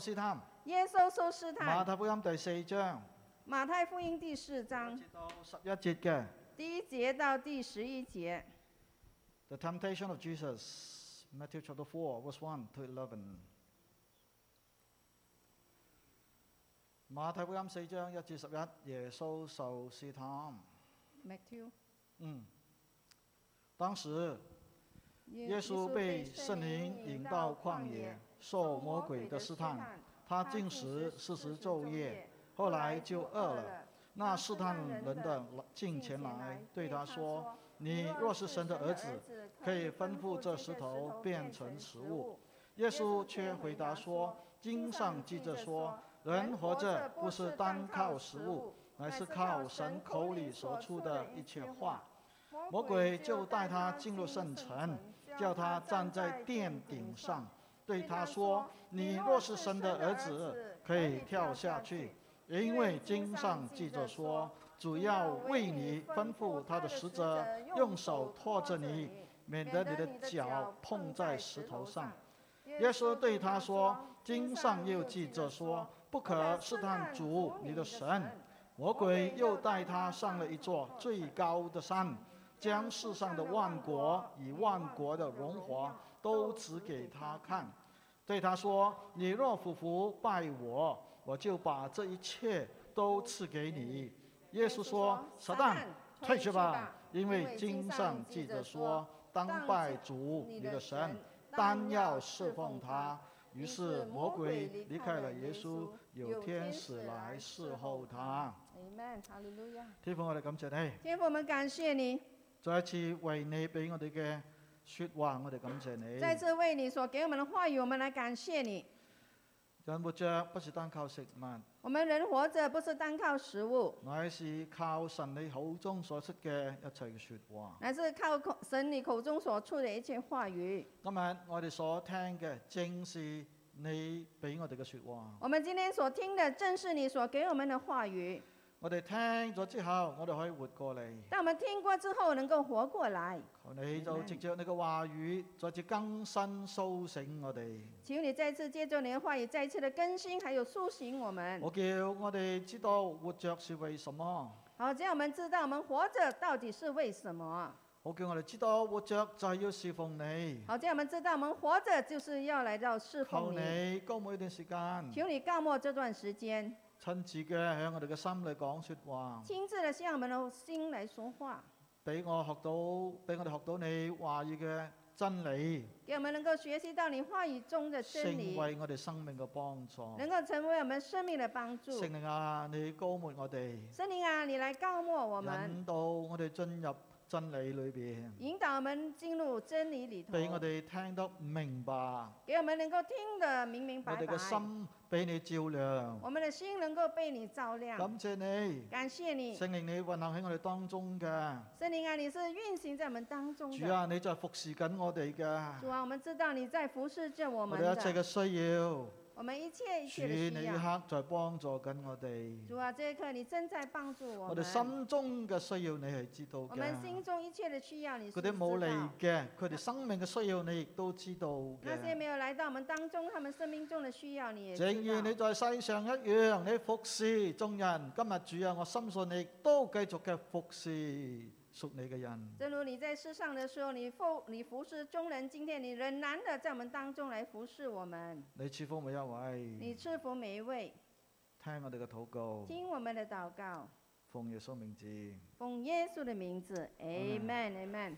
試探。 耶穌受試探。 馬太福音第4章。 馬太福音第4章。 1節到11節嘅。 第1節到第11節。 The temptation of Jesus, Matthew chapter 4, verse 1 to 11。馬太福音4章1至11，耶穌受試探。 Matthew。 當時，耶穌被聖靈引到曠野，受魔鬼的試探。他禁食40晝夜，後來就餓了。那試探人的近前來，對他說：“你若是神的兒子，可以吩咐這石頭變成食物。”耶穌卻回答說：“經上記着說，人活着不是單靠食物，乃是靠神口裡所出的一切話。”魔鬼就帶他進入聖城，叫他站在殿頂上，對他說：“你若是神的兒子，可以跳下去，因為經上記着說，主要為你吩咐他的使者，用手托着你，免得你的腳碰在石頭上。”耶穌對他說：“經上又記着說，不可試探主你的神。”魔鬼又帶他上了一座最高的山，將世上的萬國與萬國的榮華都指給他看，對他說：“你若俯伏拜我，我就把這一切都賜給你。”耶穌說：“撒旦，退去吧，因為經上記着說，當拜主你的神，單要侍奉他。”於是魔鬼離開了耶穌，有天使來侍候他。天父，我哋感謝你。 天父，我們感謝你。 再一次為你俾我哋嘅說話，我哋感謝你。 再次為你所給我們的話語，我們來感謝你。 人活着不是單靠食物， 我們人活着不是單靠食物， 乃是靠神你口中所出嘅一切嘅說話， 乃是靠神你口中所出的一切話語。 今日我哋所聽嘅正是你俾我哋嘅說話。 我們今天所聽的正是你所給我們的話語。 我哋聽咗之後，我哋可以活過嚟。 當我們聽過之後，能夠活過來。 求你就藉着你嘅話語，再次更新蘇醒我哋。 求你再次借着你嘅話語，再次的更新，還有蘇醒我們。 我叫我哋知道活着是為什麼。 好，這樣我們知道我們活着到底是為什麼。 我叫我哋知道活着就係要侍奉你。 好，這樣我們知道我們活着就是要來到侍奉你。 求你高每一段時間。 求你告莫這段時間。 親自嘅喺我哋嘅心裏講說話， 親自嘅向我們嘅心來說話， 俾我哋學到你話語嘅真理， 給我們能夠學習到你話語中的真理， 成為我哋生命嘅幫助， 能夠成為我們生命嘅幫助。 聖靈啊，你膏抹我哋， 聖靈啊，你來膏抹我們， 引導我哋進入真理裏邊， 引導我們進入真理裏頭， 俾我哋聽得明白， 給我們能夠聽得明明白白， 我哋嘅心俾你照亮， 我們的心能夠被你照亮。 感謝你， 感謝你， 聖靈你運行喺我哋當中嘅， 聖靈啊，你是運行在我們當中的。 主啊，你在服侍緊我哋嘅， 主啊，我們知道你在服侍着我們的， 我哋一切嘅需要。 我們一切的需要， 主，你一刻在幫助緊我哋。 主啊，這一刻你正在幫助我們。 我哋心中嘅需要你係知道嘅。 我們心中一切的需要你是知道。 嗰啲冇嚟嘅，佢哋生命嘅需要你亦都知道嘅。 那些沒有來到我們當中，他們生命中的需要你也知道。 正如你在世上一樣，你服侍眾人。今日主啊，我深信你都繼續嘅服侍屬你嘅人。 正如你在世上的時候，你服侍眾人，今天你仍然的在我們當中來服侍我們。 你賜福每一位。 你賜福每一位。 聽我哋嘅禱告。 聽我們的禱告。 奉耶穌名字。 奉耶穌的名字 ，Amen，Amen。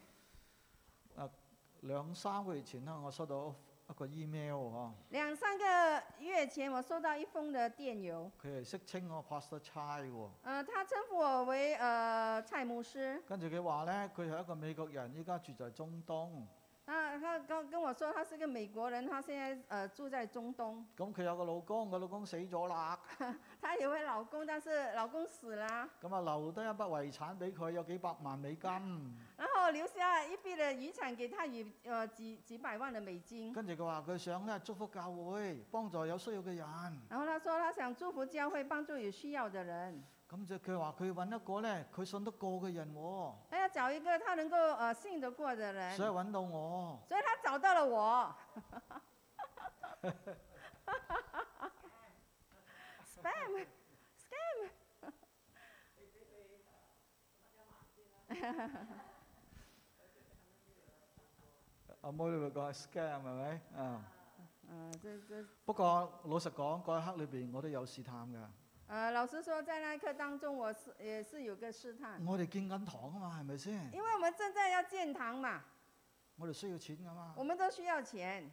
兩三個月前呢，我收到一個 email 嗬。 2、3個月前，我收到一封的電郵。 佢係識稱我 Pastor 蔡喎。 他稱呼我為蔡牧師。跟住佢話咧，佢係一個美國人，依家住在中東。 他跟我說，他是個美國人，他現在住在中東。 咁佢有個老公，個老公死咗啦。 他有位老公，但是老公死了。 咁啊，留低一筆遺產俾佢，有幾百萬美金。 然後留下一筆的遺產給他，幾百萬的美金。 跟住佢話佢想咧祝福教會，幫助有需要嘅人。 然後他說他想祝福教會，幫助有需要的人。 咁就佢話佢揾一個咧，佢信得過嘅人喎。 他要找一個他能夠信得過的人。 所以揾到我。 所以他找到了我。 阿妹你咪講係 scam 係咪？ 這不過老實講，嗰一刻裏邊我都有試探㗎。 老實說，在那一刻當中，也是有個試探。 我哋建緊堂啊嘛，係咪先？ 因為我們正在要建堂嘛。 我哋需要錢㗎嘛。 我們都需要錢。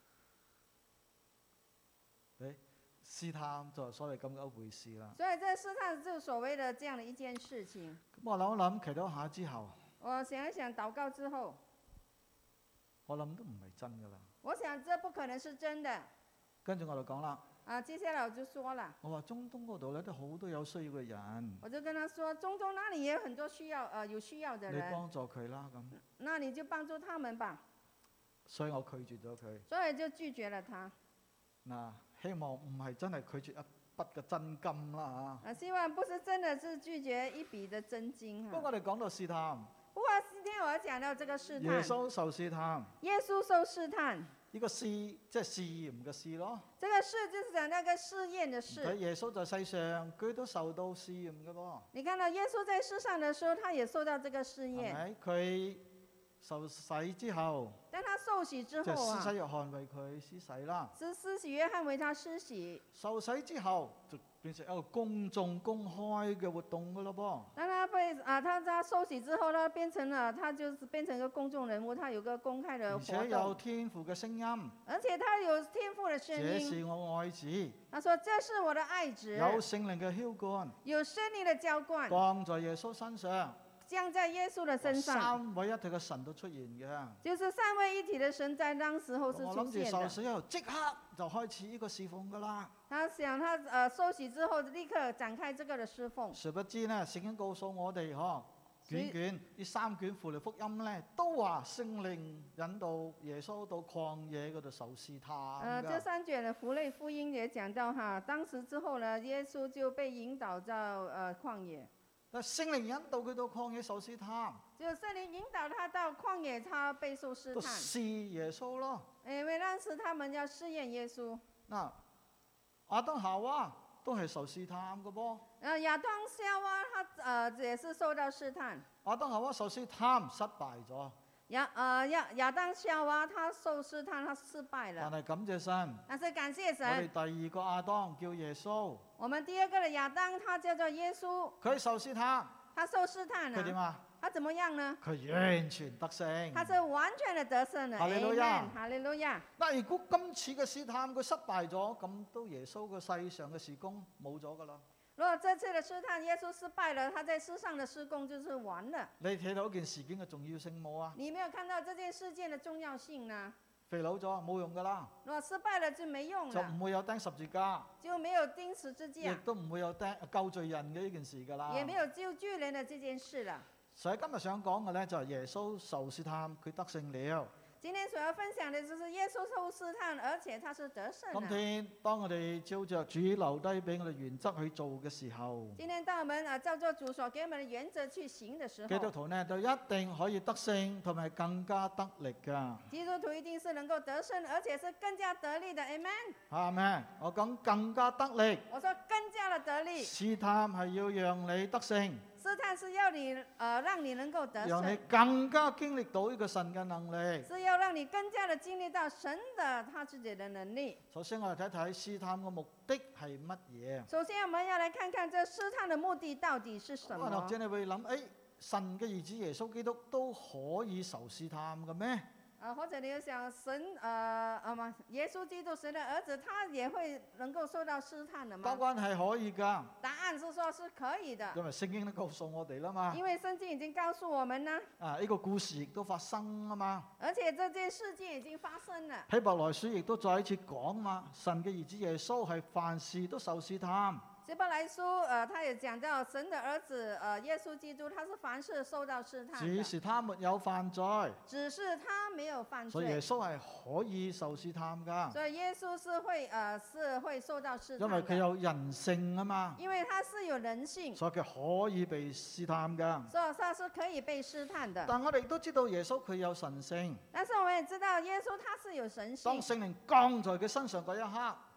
試探就係所謂咁嘅一回事啦。 所以這試探就所謂的這樣的一件事情。 咁我諗一諗，祈禱下之後， 我想一想，禱告之後， 我諗都唔係真㗎啦。 我想這不可能是真的。 跟住我就講啦。 接下來我就說了。 我話中東嗰度咧都好多有需要嘅人。 我就跟他說，中東那裡也有很多有需要的人。 你幫助佢啦咁。 那你就幫助他們吧。 所以我拒絕咗佢。 所以就拒絕了他。 嗱，希望唔係真係拒絕一筆嘅真金啦嚇。 希望不是真的是拒絕一筆的真金哈。 不過我哋講到試探。 不過今天我要講到這個試探。 耶穌受試探。 耶穌受試探。 呢個試即係試驗嘅試咯。 這個試就是講那個試驗的試。 睇耶穌在世上，佢都受到試驗嘅噃。 你看到耶穌在世上的時候，他也受到這個試驗。 係咪？佢受洗之後。 當他受洗之後啊。 施洗約翰為佢施洗啦。 施洗約翰為他施洗。 受洗之後就變成一個公眾公開嘅活動噶咯噃。 當他受洗之後呢，他就是變成一個公眾人物，他有個公開的活動。 而且有天父嘅聲音。 而且他有天父的聲音。 這是我愛子。 他說：這是我的愛子。 有聖靈嘅澆灌。 有聖靈的澆灌。 降在耶穌身上。 降在耶穌的身上。 三位一體嘅神都出現嘅。 就是三位一體的神在當時候是出現的。 我諗住受洗後即刻就開始呢個侍奉噶啦。 他想他受洗之後立刻展開這個的侍奉。 殊不知呢，聖經告訴我哋卷呢三卷符類福音呢，都話聖靈引導耶穌到曠野嗰度受試探。 這三卷的符類福音也講到當時之後呢，耶穌就被引導到曠野。 但聖靈引導佢到曠野受試探。 就聖靈引導他到曠野，他被受試探。 試耶穌咯。 因為當時他們要試驗耶穌。 嗱，亞當夏娃都係受試探嘅噃。 亞當夏娃他也是受到試探。 亞當夏娃受試探失敗咗。 亞當夏娃他受試探，他失敗了。 但係感謝神。 但是感謝神。 我哋第二個亞當叫耶穌。 我們第二個的亞當，他叫做耶穌。 佢受試探。 他受試探啊。 佢點啊？ 他怎麼樣呢？ 佢完全得勝。 他是完全的得勝的。 哈利路亞， 哈利路亞。 嗱，如果今次嘅試探佢失敗咗，咁都耶穌嘅世上嘅事工冇咗噶啦。 如果這次的試探耶穌失敗了，他在世上的事工就是完了。 你睇到件事件嘅重要性冇啊？ 你沒有看到這件事件的重要性呢？ 肥佬咗冇用噶啦。 如果失敗了就沒用了。 就唔會有釘十字架。 就沒有釘十字架。 亦都唔會有救罪人嘅呢件事噶啦。 也沒有救罪人的這件事了。 所以今日想講嘅咧就係耶穌受試探，佢得勝了。 今天所要分享的就是耶穌受試探，而且他是得勝。 今天當我哋照着主留低俾我哋原則去做嘅時候， 今天當我們照着主所給我們的原則去行的時候， 基督徒呢就一定可以得勝，同埋更加得力噶。 基督徒一定是能夠得勝，而且是更加得力的。Amen。 阿們，我講更加得力。 我說更加的得力。 試探係要讓你得勝。 試探是要你讓你能夠得勝。 讓你更加經歷到呢個神嘅能力。 是要讓你更加的經歷到神的他自己的能力。 首先我哋睇睇試探嘅目的係乜嘢？ 首先我們要來看看這試探的目的到底是什麼？ 或者你會諗，神嘅兒子耶穌基督都可以受試探嘅咩？ 或者你要想神耶穌基督神的兒子，他也會能夠受到試探的嗎？ 答案係可以㗎。 答案是說是可以的。 因為聖經都告訴我哋啦嘛。 因為聖經已經告訴我們啦。 呢個故事亦都發生啊嘛。 而且這件事件已經發生了。 希伯來書亦都再一次講嘛，神嘅兒子耶穌係凡事都受試探。 希伯來書他也講到神的兒子耶穌基督，他是凡事受到試探的。 只是他沒有犯罪。 只是他沒有犯罪。 所以耶穌係可以受試探㗎。 所以耶穌是會受到試探。 因為佢有人性啊嘛。 因為他是有人性。 所以佢可以被試探㗎。 所以他是可以被試探的。 但我哋都知道耶穌佢有神性。 但是我們也知道耶穌他是有神性。 當聖靈降在佢身上嗰一刻。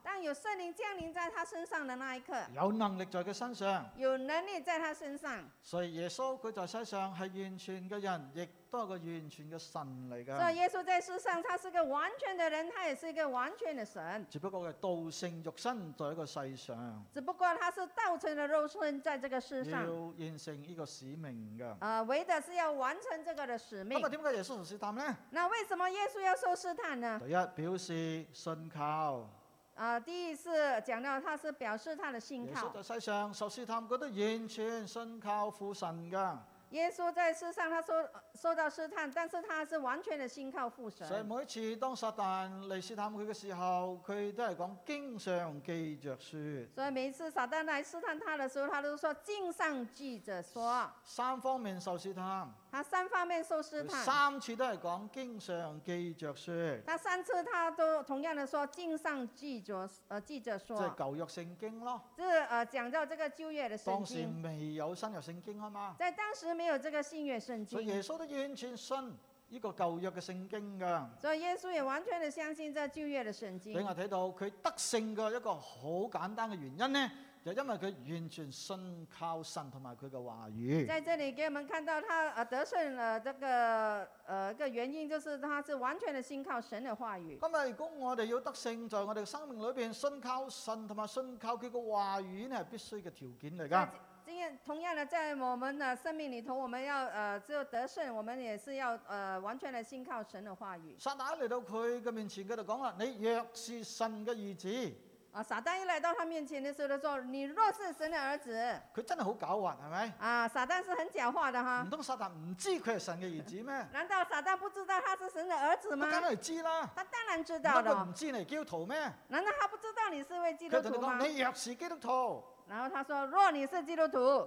當有聖靈降臨在他身上的那一刻， 有能力在佢身上。 有能力在他身上。 所以耶穌佢在世上係完全嘅人，亦都係個完全嘅神嚟㗎。 所以耶穌在世上，他是個完全的人，他也是一個完全的神。 只不過係道成肉身在一個世上。 只不過他是道成的肉身在這個世上。 要完成呢個使命㗎。 為的是要完成這個的使命。 咁啊，點解耶穌受試探呢？ 那為什麼耶穌要受試探呢？ 第一，表示信靠。 第一是講到他是表示他的信靠。 耶穌在世上受試探，佢都完全信靠父神㗎。 耶穌在世上，他受到試探，但是他是完全的信靠父神。 所以每一次當撒旦嚟試探佢嘅時候，佢都係講經上記着說。 所以每一次撒旦來試探他的時候，他都說經上記着說。 三方面受試探。 他三方面受試探。 三次都係講經上記着說。 他三次他都同樣的說經上記着說。即係舊約聖經咯。 即講到這個舊約的聖經。 當時未有新約聖經啊嘛。 在當時沒有這個新約聖經。 所以耶穌都完全信呢個舊約嘅聖經㗎。 所以耶穌也完全的相信這舊約的聖經。 俾我睇到佢得勝嘅一個好簡單嘅原因呢，就因為佢完全信靠神同埋佢嘅話語。 在這裏給我們看到他得勝這個原因，就是他是完全的信靠神的話語。 咁啊，如果我哋要得勝，在我哋嘅生命裏邊，信靠神同埋信靠佢嘅話語呢，係必須嘅條件嚟㗎。 同樣的，在我們的生命裏頭，我們要只有得勝，我們也是要完全的信靠神的話語。 撒旦嚟到佢嘅面前，佢就講啦：你若是神嘅兒子。 撒旦一來到他面前的時候，就說：你若是神的兒子。 佢真係好狡猾，係咪？ 撒旦是很狡猾的哈。 唔通撒旦唔知佢係神嘅兒子咩？ 難道撒旦不知道他是神的兒子嗎？ 佢梗係知啦。 他當然知道的。 佢唔知你係基督徒咩？ 難道他不知道你是位基督徒嗎？ 你若是基督徒。 然後他說：若你是基督徒。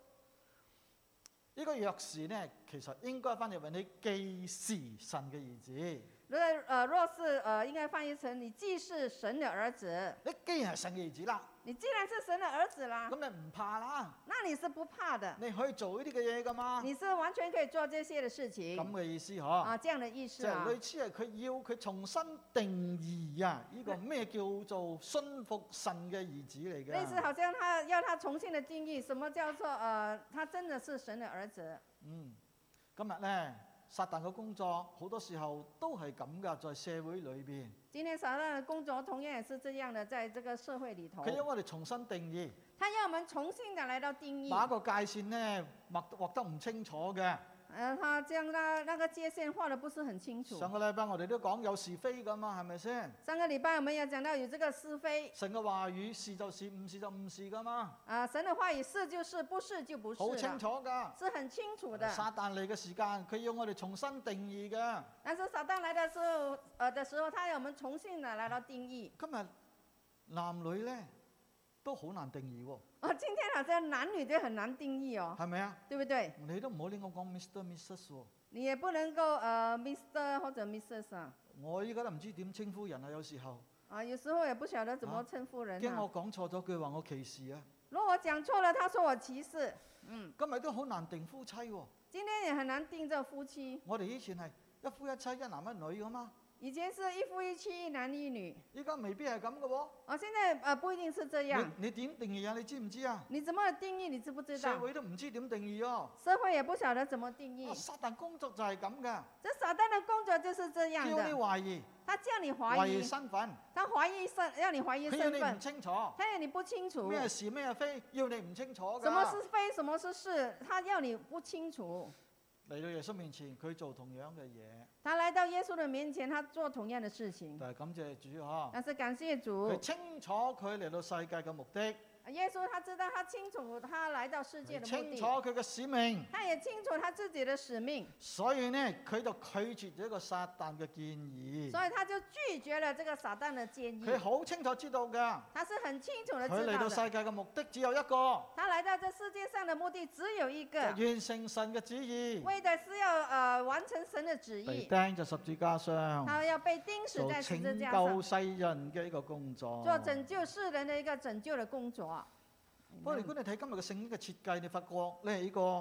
呢個若是呢，其實應該翻譯為你既是神嘅兒子。 若是應該翻譯成你既是神的兒子。 你既然係神嘅兒子啦， 你既然是神的兒子啦， 咁你唔怕啦。 那你是不怕的。 你可以做呢啲嘅嘢噶嘛？ 你是完全可以做這些的事情。 咁嘅意思嗬？這樣的意思啊。 就類似係佢要佢重新定義啊，呢個咩叫做信服神嘅兒子嚟嘅？ 類似好像他要他重新的定義，什麼叫做他真的是神的兒子。 今日咧。撒旦嘅工作好多時候都係咁噶，在社會裏邊。 今天撒旦嘅工作同樣也是這樣的，在這個社會裏頭。 佢要我哋重新定義。 他要我們重新的來到定義。 把個界線呢畫得唔清楚嘅。 他將那個界線畫得不是很清楚。 上個禮拜我哋都講有是非噶嘛，係咪先？ 上個禮拜我們也講到有這個是非。 神嘅話語是就是，唔是就唔是噶嘛。 神嘅話語是就是，不是就不是。 好清楚噶。 是很清楚的。 撒旦嚟嘅時間，佢要我哋重新定義嘅。 但是撒旦來的時候，他要我們重新的來到定義。 今日男女咧都好難定義喎。 今天好像男女都很難定義哦。 係咪啊？ 對不對？ 你都唔好亂咁講 Mr. Mrs. 喎。 你也不能夠Mr. 或者 Mrs. 啊。 我依家都唔知點稱呼人啊，有時候。 有時候也不曉得怎麼稱呼人。 驚我講錯咗句話，我歧視啊。 如果我講錯了，他說我歧視。 今日都好難定夫妻喎。 今天也很難定這夫妻。 我哋以前係一夫一妻，一男一女噶嘛。 以前是一夫一妻，一男一女。 依家未必係咁嘅喎。 現在不一定是這樣。 你點定義啊？你知唔知啊？ 你怎麼定義？你知不知道？ 社會都唔知點定義哦。 社會也不曉得怎麼定義。 撒旦工作就係咁噶。 這撒旦的工作就是這樣的。 叫你懷疑。 他叫你懷疑身份。 他要你懷疑身份。 佢要你唔清楚。 他要你不清楚。 咩是咩非，要你唔清楚㗎。 什麼是非，什麼是是，他要你不清楚。 嚟到耶穌面前，佢做同樣嘅嘢。 他來到耶穌的面前，他做同樣的事情。 但係感謝主嗬。 但是感謝主。 佢清楚佢嚟到世界嘅目的。 耶穌他知道，他清楚他來到世界的目的。 清楚佢嘅使命。 他也清楚他自己的使命。 所以呢，佢就拒絕咗一個撒旦嘅建議。 所以他就拒絕了這個撒旦的建議。 佢好清楚知道㗎。 他是很清楚的知道的。 佢嚟到世界嘅目的只有一個。 他來到這世界上的目的只有一個。 就完成神嘅旨意。 為的是要完成神的旨意。 被釘在十字架上。 他要被釘死在十字架上。 做拯救世人嘅一個工作。 做拯救世人的一個拯救的工作。 不過如果你睇今日嘅聖經嘅設計，你發覺咧呢個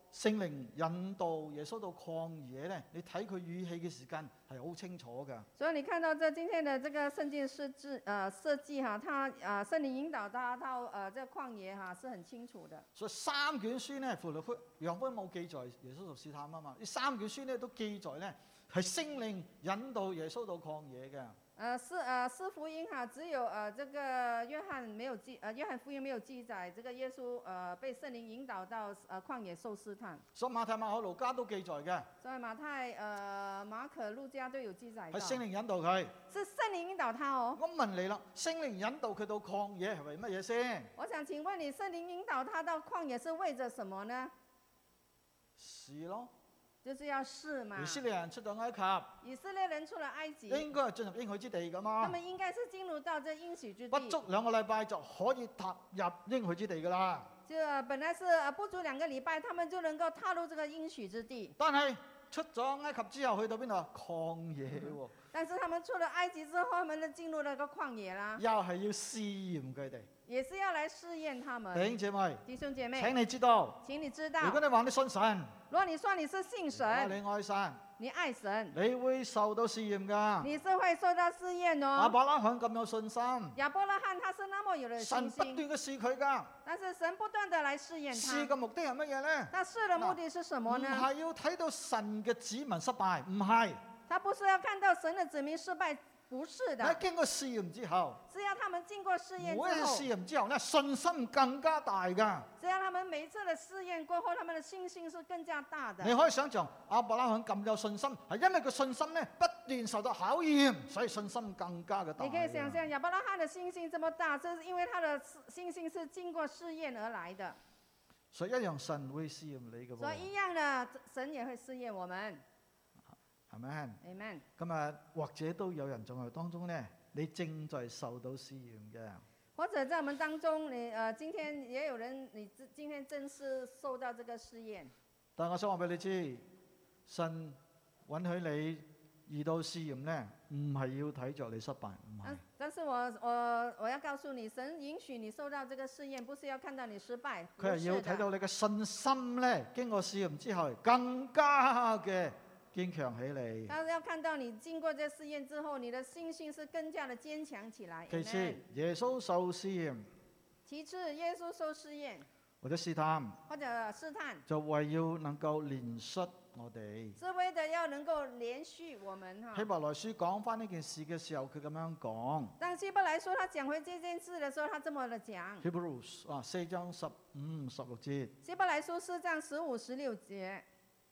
聖靈引導耶穌到曠野咧，你睇佢語氣嘅時間係好清楚㗎。 所以你看到今天的這個聖經設計哈，他聖靈引導他到這個曠野哈，是很清楚的。 所以三卷書咧，符錄楊福冇記載耶穌做試探啊嘛，呢三卷書咧都記載咧係聖靈引導耶穌到曠野嘅。 四福音哈，只有這個約翰福音沒有記載，這個耶穌被聖靈引導到曠野受試探。 所以馬太、馬可、路加都記載嘅。 所以馬太、馬可、路加都有記載。 係聖靈引導佢。 是聖靈引導他哦。 我問你啦，聖靈引導佢到曠野係為乜嘢先？ 我想請問你，聖靈引導他到曠野是為着什麼呢？ 試咯。 就是要試嘛。 以色列人出咗埃及。 以色列人出了埃及。 應該係進入應許之地㗎嘛。 他們應該是進入到這應許之地。 不足2個禮拜就可以踏入應許之地㗎啦。 就本來是不足2個禮拜，他們就能夠踏入這個應許之地。 但係出咗埃及之後去到邊度？曠野喎。 但是他們出了埃及之後，他們就進入了個曠野啦。 又係要試驗佢哋。 也是要來試驗他們。弟兄姐妹。 請你知道。 請你知道。 如果你話你信神。 如果你說你是信神。 你愛神。 你愛神。 你會受到試驗㗎。 你是會受到試驗哦。 亞伯拉罕咁有信心。 亞伯拉罕他是那麼有的信心。 神不斷嘅試佢㗎。 但是神不斷地來試驗他。 試嘅目的係乜嘢呢？ 他試的目的是什麼呢？ 唔係要睇到神嘅子民失敗，唔係。 他不是要看到神的子民失敗。不是的。 喺經過試驗之後， 只要他們經過試驗之後， 每一次試驗之後咧，信心更加大㗎。 只要他們每一次的試驗過後，他們的信心是更加大的。 你可以想象亞伯拉罕咁有信心，係因為佢信心咧不斷受到考驗，所以信心更加嘅大。 你可以想象亞伯拉罕的信心這麼大，就是因為他的信心是經過試驗而來的。 所以一樣神會試驗你嘅。 所以一樣的，神也會試驗我們。 係咪？ Amen。 今日或者都有人在我哋當中咧，你正在受到試驗嘅。 或者在我們當中，今天也有人，你今天正是受到這個試驗。 但係我想話俾你知，神允許你遇到試驗咧，唔係要睇着你失敗，唔係。 但是我要告訴你，神允許你受到這個試驗，不是要看到你失敗。 佢係要睇到你嘅信心咧，經過試驗之後，更加嘅堅強起嚟。 他要看到你經過這試驗之後，你的信心是更加的堅強起來。 其次，耶穌受試驗。 其次，耶穌受試驗。 或者試探。 或者試探。 就為要能夠憐恤我哋。 是為的要能夠憐恤我們哈。 希伯來書講翻呢件事嘅時候，佢咁樣講。 當希伯來書他講回這件事的時候，他這麼的講。 Hebrews 4章15、16節。 希伯來書4章15、16節。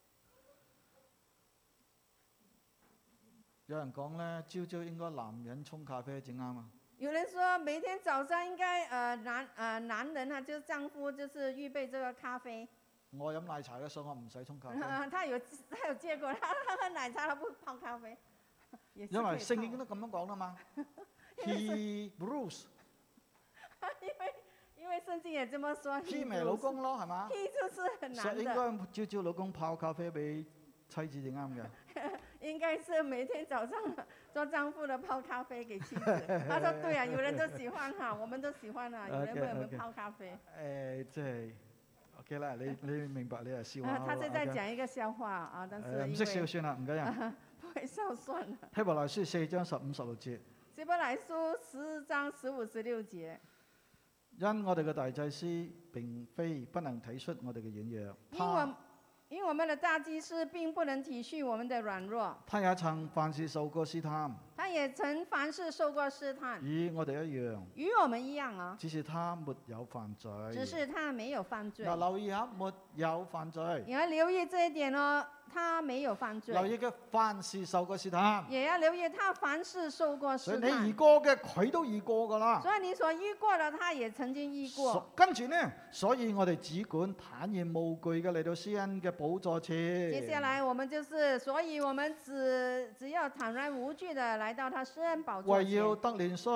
有人講咧，朝朝應該男人沖咖啡正啱啊。 有人說每天早上應該男人啊，就是丈夫，就是預備這個咖啡。 我飲奶茶嘅時候，我唔使沖咖啡。 他有見過，他喝奶茶，他不泡咖啡。 因為聖經都咁樣講啦嘛。Hebrews。 因為聖經也這麼說。 He 咪老公咯，係嘛？ He 就是男的。 所以應該朝朝老公泡咖啡俾妻子正啱嘅。 應該是每天早上做丈夫的泡咖啡給妻子。他說對啊，有人都喜歡哈，我們都喜歡啊，有人為我們泡咖啡。 即係 OK 啦，你明白你係笑話。 他是在講一個笑話啊，但是唔識笑算啦，唔緊要。 不會笑算啦。 希伯來書4章15、16節。 希伯來書4章15、16節。 因我哋嘅大祭司並非不能體恤我哋嘅軟弱， 因我們的大祭司並不能體恤我們的軟弱， 他也曾凡事受過試探， 他也曾凡事受過試探， 與我哋一樣， 與我們一樣啊， 只是他沒有犯罪， 只是他沒有犯罪。 留意下，沒有犯罪， 你要留意這一點哦，他沒有犯罪。 留意嘅凡事受過試探， 也要留意他凡事受過試探。 所以你遇過嘅，佢都遇過噶啦。 所以你所遇過的，他也曾經遇過。 跟住呢，所以我哋只管坦然無懼嘅嚟到施恩嘅寶座前。 接下來我們就是，所以我們只要坦然無懼的來到他施恩寶座前。 為要得憐恤。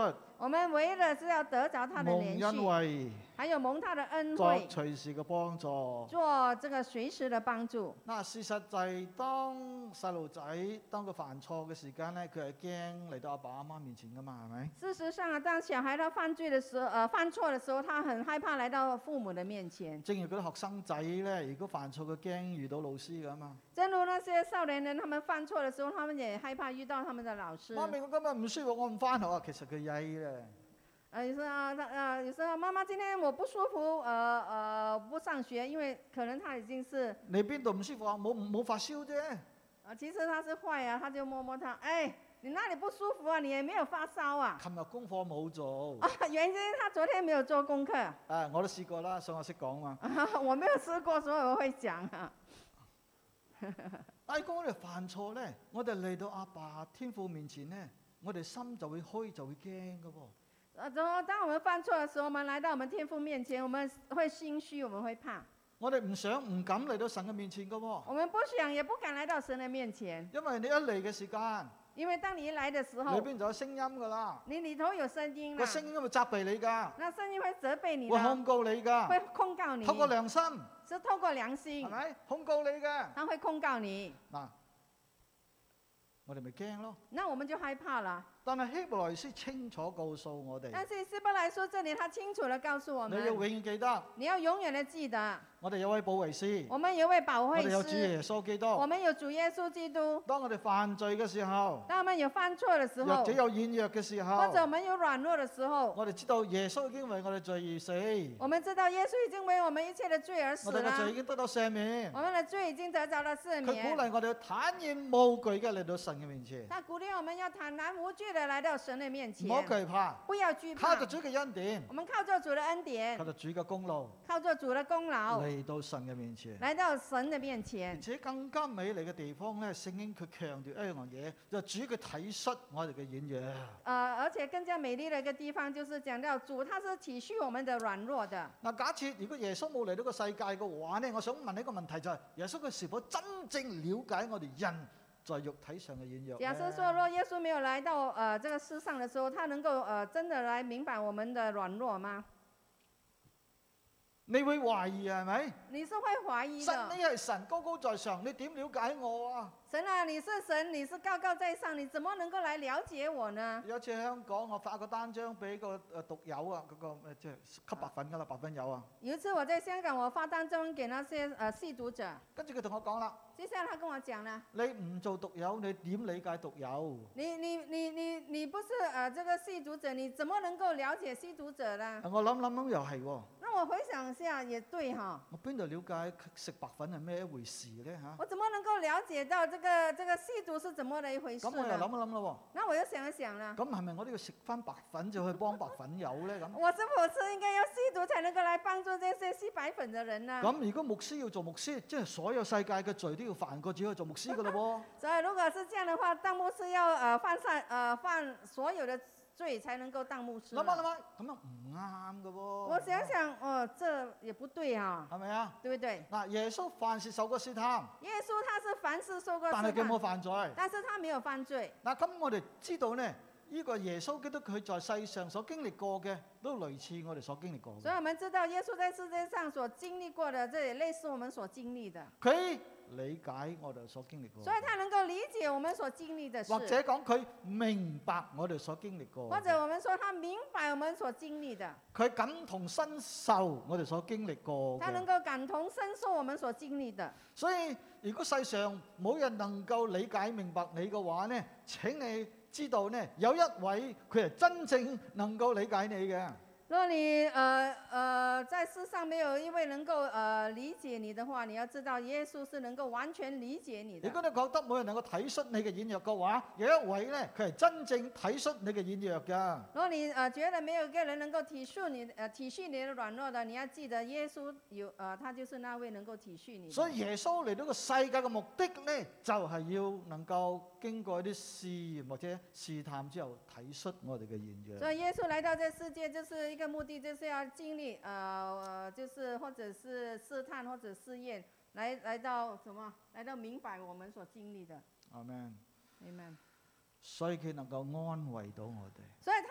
我們為了是要得着他的蒙恩憐恤， 惠， 還有蒙他的恩作惠， 隨時嘅幫助。 做這個隨時的幫助。 嗱，事實就係當細路仔當佢犯錯嘅時間咧，佢係驚嚟到阿爸阿媽面前噶嘛，係咪？ 事實上啊，當小孩他犯罪的時候，犯錯的時候，他很害怕來到父母的面前。 正如嗰啲學生仔咧，如果犯錯，佢驚遇到老師噶嘛。 正如那些少年人，他們犯錯的時候，他們也害怕遇到他們的老師。 媽咪，我今日唔舒服，我唔翻學啊。其實佢曳咧。 有時候有時候媽媽今天我不舒服，不上學，因為可能他已經是。 你邊度唔舒服啊？冇發燒啫。 其實他是壞啊，他就摸摸他，哎，你哪裡不舒服啊？你也沒有發燒啊？ 琴日功課冇做。 原因他昨天沒有做功課。 我都試過啦，所以我識講嘛。 我沒有試過，所以我會講啊。 但係我哋犯錯咧，我哋嚟到阿爸天父面前咧，我哋心就會虛，就會驚噶噃。 當我們犯錯的時候，我們來到我們天父面前，我們會心虛，我們會怕。 我哋唔想唔敢嚟到神嘅面前噶喎。 我們不想也不敢來到神嘅面前。 因為你一嚟嘅時間， 因為當你一來嘅時候， 裏邊就有聲音噶啦。 你裏頭有聲音啦。 個聲音會責備你噶。 那聲音會責備你。 會控告你噶。 會控告你。 透過良心。 是透過良心。 係咪？控告你嘅。 他會控告你。 嗱，我哋咪驚咯。 那我們就害怕了。 但係希伯來書清楚告訴我哋。 但是希伯來書這裡他清楚地告訴我們。 你要永遠記得。 你要永遠地記得。 我哋有位保惠師。 我們有位保惠師。 我哋有主耶穌基督。 我們有主耶穌基督。 當我哋犯罪嘅時候。 當我們有犯錯嘅時候。 或者有軟弱嘅時候。 或者我們有軟弱嘅時候。 我哋知道耶穌已經為我哋罪而死。 我們知道耶穌已經為我們一切的罪而死了。 我哋嘅罪已經得到赦免。 我們的罪已經得到了赦免。 佢鼓勵我哋坦然無懼嘅嚟到神嘅面前。 他鼓勵我們要坦然無懼地來到神嘅面前。 唔好懼怕。 不要懼怕。 靠着主嘅恩典。 我們靠着主的恩典。 靠着主嘅功勞。 靠着主的功勞。 嚟到神嘅面前。 來到神的面前。 而且更加美麗嘅地方咧，聖經佢強調一樣嘢，就主佢體恤我哋嘅軟弱。 而且更加美麗嘅一個地方，就是講到主，他是體恤我們的軟弱的。 嗱，假設如果耶穌冇嚟到個世界嘅話咧，我想問一個問題就係：耶穌佢是否真正了解我哋人在肉體上嘅軟弱？ 假設說，若耶穌沒有來到這個世上的時候，他能夠真的來明白我們的軟弱嗎？ 你會懷疑係咪？ 你是會懷疑的。 神，你係神高高在上，你點了解我啊？ 神啊，你是神，你是高高在上，你怎麼能夠來了解我呢？ 有一次香港，我發個單張俾個讀友啊，嗰個即係吸白粉㗎啦，白粉友啊。 有一次我在香港，我發單張給那些吸毒者。 跟住佢同我講啦。 接下來他跟我講啦。 你唔做毒友，你點理解毒友？ 你不是這個吸毒者，你怎麼能夠了解吸毒者呢？ 我諗又係喎。 那我回想一下，也對哈。 我邊度了解食白粉係咩一回事咧嚇？ 我怎麼能夠了解到這個吸毒是怎麼的一回事？ 咁我又諗一諗咯喎。 那我又想一想啦。 咁係咪我都要食翻白粉就去幫白粉友咧？咁我是否是應該要吸毒才能夠來幫助這些吸白粉的人呢？ 咁如果牧師要做牧師，即係所有世界嘅罪都要犯過，只可以做牧師噶咯喎。 所以如果是這樣的話，當牧師要犯所有的罪才能夠當牧師。 諗下，咁樣唔啱噶喎。 我想想，這也不對啊。 係咪啊？ 對不對？ 嗱，耶穌凡事受過試探。 耶穌他是凡事受過試探。 但係佢冇犯罪。 但是他沒有犯罪。 嗱，咁我哋知道呢，呢個耶穌基督佢在世上所經歷過嘅，都類似我哋所經歷過嘅。 所以我們知道耶穌在世界上所經歷過的，這也類似我們所經歷的。 佢理解我哋所經歷過， 所以他能夠理解我們所經歷的事， 或者講佢明白我哋所經歷過， 或者我們說他明白我們所經歷的， 佢感同身受我哋所經歷過， 他能夠感同身受我們所經歷的。 所以如果世上冇人能夠理解明白你嘅話呢，請你知道呢，有一位佢係真正能夠理解你嘅。 若你在世上沒有一位能夠理解你的話，你要知道耶穌是能夠完全理解你的。 如果你覺得冇人能夠體恤你嘅軟弱嘅話，有一位呢，佢係真正體恤你嘅軟弱噶。 如果你覺得沒有一個人能夠體恤你的軟弱的，你要記得耶穌他就是那位能夠體恤你的。 所以耶穌嚟到個世界嘅目的呢，就係要能夠經過一啲試驗或者試探之後體恤我哋嘅軟弱。 所以耶穌來到這世界就是一個目的，就是要經歷就是或者是試探或者試驗，來到什麼？來到明白我們所經歷的。 阿們。 Amen。 所以佢能夠安慰到我哋。 所以他是